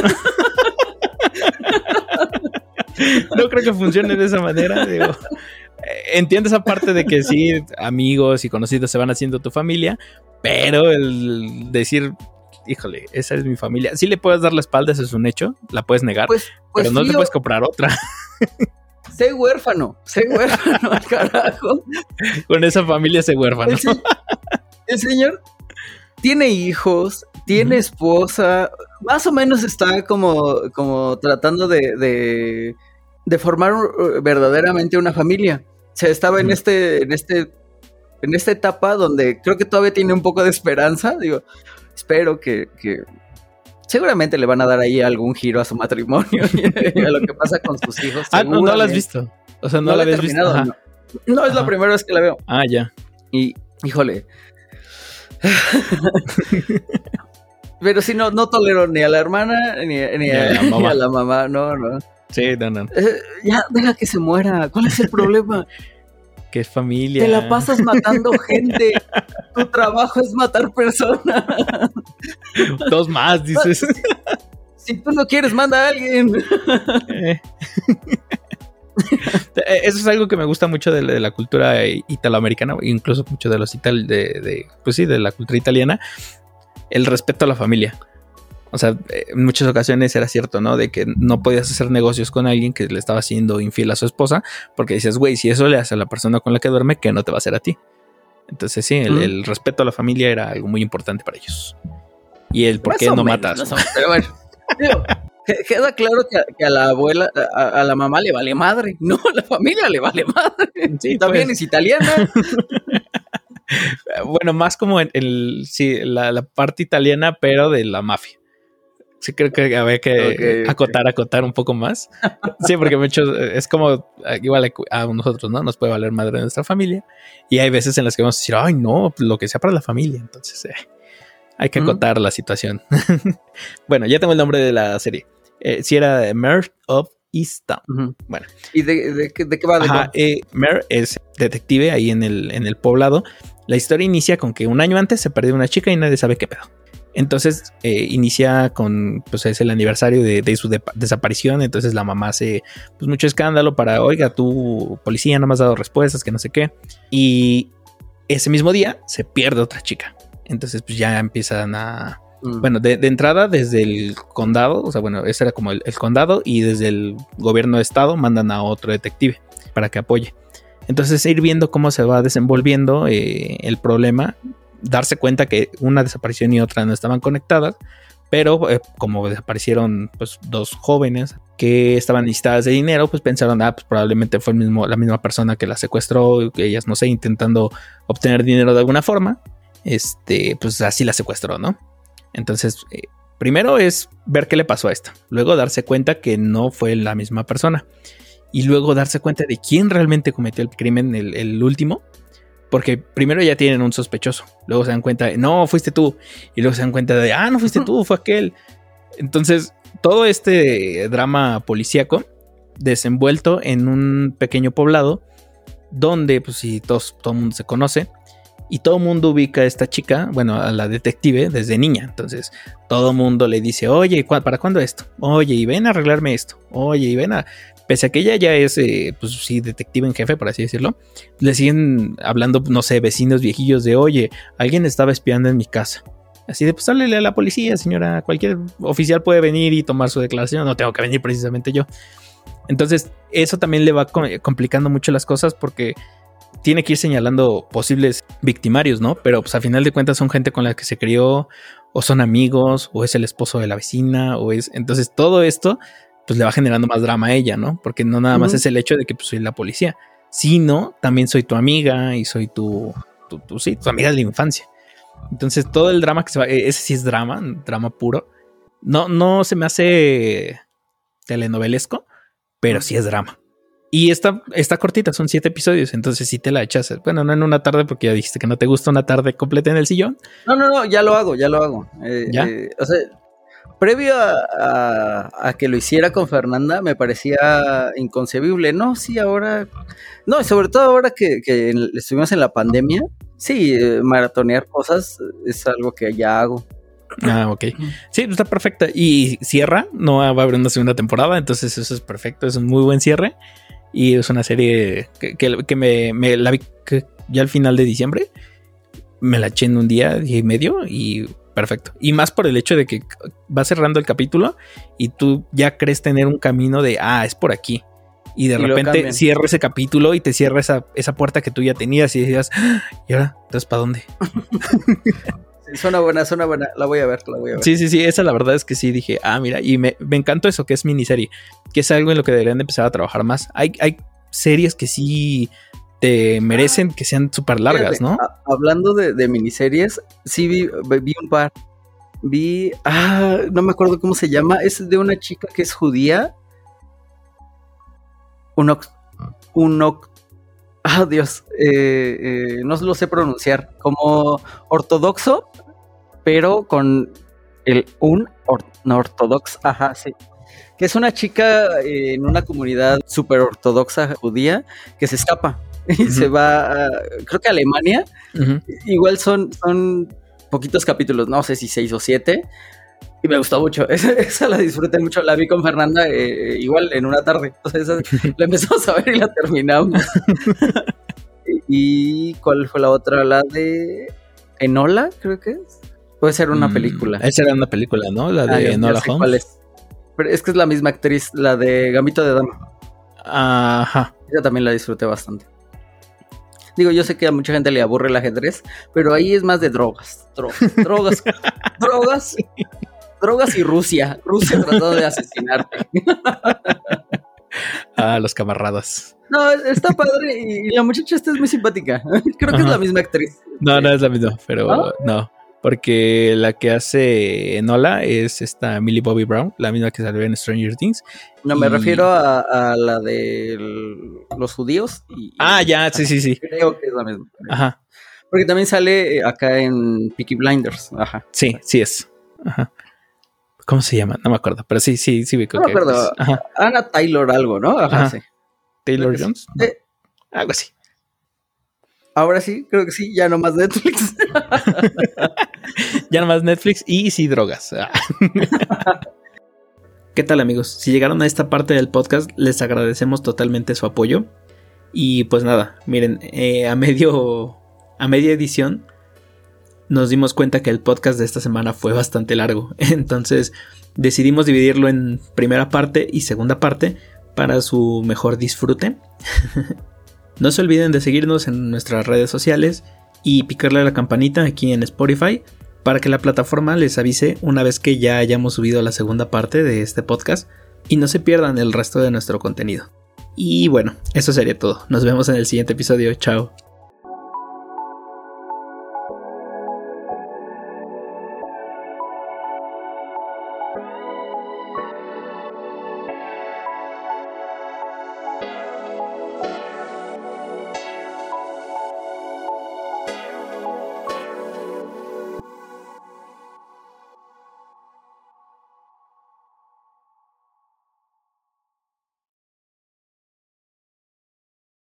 S2: No creo que funcione de esa manera, digo. Entiendo esa parte de que sí, amigos y conocidos se van haciendo tu familia, pero el decir, híjole, esa es mi familia, sí le puedes dar la espalda, eso es un hecho, la puedes negar, pues, pues pero no te puedes comprar otra.
S1: Sé huérfano, sé huérfano, carajo.
S2: Con esa familia sé huérfano.
S1: El, se- el señor tiene hijos, tiene uh-huh. esposa, más o menos está como, como tratando de, de, de formar verdaderamente una familia. O sea, estaba uh-huh. en este, en este, en esta etapa donde creo que todavía tiene un poco de esperanza. Digo, espero que, que seguramente le van a dar ahí algún giro a su matrimonio y a lo que pasa con sus hijos.
S2: Ah, no, no la has visto. O sea, no, no la habías visto.
S1: No, no es Ajá. la primera vez que la veo.
S2: Ah, ya.
S1: Y, híjole. Pero sí, no, no tolero ni a la hermana ni, ni, ni, a, a, la ni a la mamá. No, no.
S2: Sí, no, no.
S1: Eh, ya, deja que se muera. ¿Cuál es el problema?
S2: Que es familia.
S1: Te la pasas matando gente. Tu trabajo es matar personas.
S2: Dos más, dices.
S1: Si, si tú no quieres, manda a alguien.
S2: Eh. Eso es algo que me gusta mucho de la, de la cultura italoamericana, incluso mucho de los ital de, de pues sí, de la cultura italiana, el respeto a la familia. O sea, en muchas ocasiones era cierto, ¿no? De que no podías hacer negocios con alguien que le estaba haciendo infiel a su esposa, porque dices, güey, si eso le hace a la persona con la que duerme, ¿qué no te va a hacer a ti? Entonces sí, el, ¿Mm? el respeto a la familia era algo muy importante para ellos. Y el por qué no matas.
S1: No pero bueno, digo, queda claro que a, que a la abuela, a, a la mamá le vale madre. No, a la familia le vale madre. Sí, también pues. Es italiana.
S2: Bueno, más como en el, sí, la, la parte italiana, pero de la mafia. Sí, creo que había que okay, acotar, okay. acotar un poco más. Sí, porque muchos, es como igual a nosotros, ¿no? Nos puede valer madre de nuestra familia. Y hay veces en las que vamos a decir, ay, no, lo que sea para la familia. Entonces, eh, hay que acotar uh-huh. la situación. Bueno, ya tengo el nombre de la serie. Eh, si era Mare of Easttown. Uh-huh. Bueno.
S1: ¿Y de, de, de, de qué va? De
S2: Ajá, eh, Mare es detective ahí en el, en el poblado. La historia inicia con que un año antes se perdió una chica y nadie sabe qué pedo. Entonces eh, inicia con, pues es el aniversario de, de su de- desaparición. Entonces la mamá hace pues mucho escándalo para, oiga, tu policía no me has dado respuestas, que no sé qué. Y ese mismo día se pierde otra chica. Entonces pues ya empiezan a, mm. bueno, de, de entrada desde el condado, o sea, bueno, ese era como el, el condado, y desde el gobierno de estado mandan a otro detective para que apoye. Entonces ir viendo cómo se va desenvolviendo eh, el problema, darse cuenta que una desaparición y otra no estaban conectadas, pero eh, como desaparecieron pues dos jóvenes que estaban listadas de dinero, pues pensaron, ah, pues probablemente fue el mismo, la misma persona que la secuestró, que ellas, no sé, intentando obtener dinero de alguna forma, este, pues así la secuestró, ¿no? Entonces, eh, primero es ver qué le pasó a esta, luego darse cuenta que no fue la misma persona, y luego darse cuenta de quién realmente cometió el crimen, el, el último. Porque primero ya tienen un sospechoso, luego se dan cuenta de, no, fuiste tú, y luego se dan cuenta de, ah, no fuiste tú, fue aquel. Entonces, todo este drama policíaco desenvuelto en un pequeño poblado donde, pues sí, todos, todo el mundo se conoce y todo el mundo ubica a esta chica, bueno, a la detective desde niña. Entonces, todo el mundo le dice, oye, ¿para cuándo esto? Oye, y ven a arreglarme esto. Oye, y ven a... Pese a que ella ya es, eh, pues sí, detective en jefe, por así decirlo, le siguen hablando, no sé, vecinos viejillos de, oye, alguien estaba espiando en mi casa. Así de, pues háblele a la policía, señora, cualquier oficial puede venir y tomar su declaración, no tengo que venir precisamente yo. Entonces, eso también le va complicando mucho las cosas porque tiene que ir señalando posibles victimarios, ¿no? Pero pues a final de cuentas son gente con la que se crió, o son amigos, o es el esposo de la vecina, o es... Entonces, todo esto pues le va generando más drama a ella, ¿no? Porque no nada más uh-huh. es el hecho de que pues, soy la policía, sino también soy tu amiga y soy tu, tu, tu, sí, tu amiga de la infancia. Entonces todo el drama que se va, ese sí es drama, drama puro. No, no se me hace telenovelesco, pero sí es drama. Y está, está cortita, son siete episodios, entonces sí te la echas. Bueno, no en una tarde, porque ya dijiste que no te gusta una tarde completa en el sillón.
S1: No, no, no, ya lo hago, ya lo hago. Eh,
S2: ¿Ya?
S1: Eh, o sea, previo a, a, a que lo hiciera con Fernanda, me parecía inconcebible. No, sí, ahora... No, y sobre todo ahora que, que estuvimos en la pandemia, sí, eh, maratonear cosas es algo que ya hago.
S2: Ah, ok. Sí, está perfecta. Y cierra, no va a haber una segunda temporada, entonces eso es perfecto, es un muy buen cierre. Y es una serie que, que, que me, me la vi que ya al final de diciembre. Me la eché en un día, día y medio y perfecto. Y más por el hecho de que va cerrando el capítulo y tú ya crees tener un camino de, ah, es por aquí. Y de y repente cierra ese capítulo y te cierra esa, esa puerta que tú ya tenías y decías, ¡ah! ¿Y ahora? ¿Entonces para dónde?
S1: Sí, suena buena, suena buena. La voy a ver, la voy a ver.
S2: Sí, sí, sí. Esa la verdad es que sí dije, ah, mira. Y me, me encantó eso, que es miniserie. Que es algo en lo que deberían de empezar a trabajar más. Hay, hay series que sí te merecen que sean súper largas, ¿no?
S1: A, hablando de, de miniseries, sí vi, vi un par. Vi, ah, no me acuerdo cómo se llama. Es de una chica que es judía. Un un ah, Dios, eh, eh, no lo sé pronunciar, como ortodoxo, pero con el un or, no, ortodox, ajá, sí, que es una chica eh, en una comunidad súper ortodoxa judía que se escapa y uh-huh. se va, a, creo que a Alemania, uh-huh. igual son, son poquitos capítulos, no sé si seis o siete. Y me gustó mucho, esa, esa la disfruté mucho, la vi con Fernanda eh, igual en una tarde, o sea, esa, la empezamos a ver y la terminamos. ¿Y cuál fue la otra? La de Enola, creo que es. Puede ser una mm, película.
S2: Esa era una película, ¿no? La de ah, Enola Holmes.
S1: ¿Cuál es? Pero es que es la misma actriz, la de Gambito de Dama.
S2: Ajá.
S1: Esa también la disfruté bastante. Digo, yo sé que a mucha gente le aburre el ajedrez, pero ahí es más de drogas, drogas, drogas, drogas. Drogas y Rusia. Rusia tratando de asesinarte.
S2: Ah, los camaradas.
S1: No, está padre y la muchacha esta es muy simpática. Creo que Ajá. es la misma actriz.
S2: No, no es la misma, pero ¿no? no. Porque la que hace Enola es esta Millie Bobby Brown, la misma que salió en Stranger Things.
S1: No, y... me refiero a, a la de el, los judíos. Y,
S2: ah, ya, sí, sí, sí.
S1: Creo que es la misma.
S2: Ajá.
S1: Porque también sale acá en Peaky Blinders. Ajá.
S2: Sí, sí es. Ajá. ¿Cómo se llama? No me acuerdo, pero sí, sí, sí.
S1: No me acuerdo. Es, ajá. Anna Taylor algo, ¿no? Ajá,
S2: ajá.
S1: sí.
S2: Taylor Jones.
S1: Sí. Eh,
S2: algo así.
S1: Ahora sí, creo que sí, ya no más Netflix.
S2: Ya no más Netflix y sí drogas. ¿Qué tal, amigos? Si llegaron a esta parte del podcast, les agradecemos totalmente su apoyo. Y pues nada, miren, eh, a medio a media edición nos dimos cuenta que el podcast de esta semana fue bastante largo. Entonces decidimos dividirlo en primera parte y segunda parte para su mejor disfrute. No se olviden de seguirnos en nuestras redes sociales y picarle a la campanita aquí en Spotify para que la plataforma les avise una vez que ya hayamos subido la segunda parte de este podcast y no se pierdan el resto de nuestro contenido. Y bueno, eso sería todo. Nos vemos en el siguiente episodio. Chao.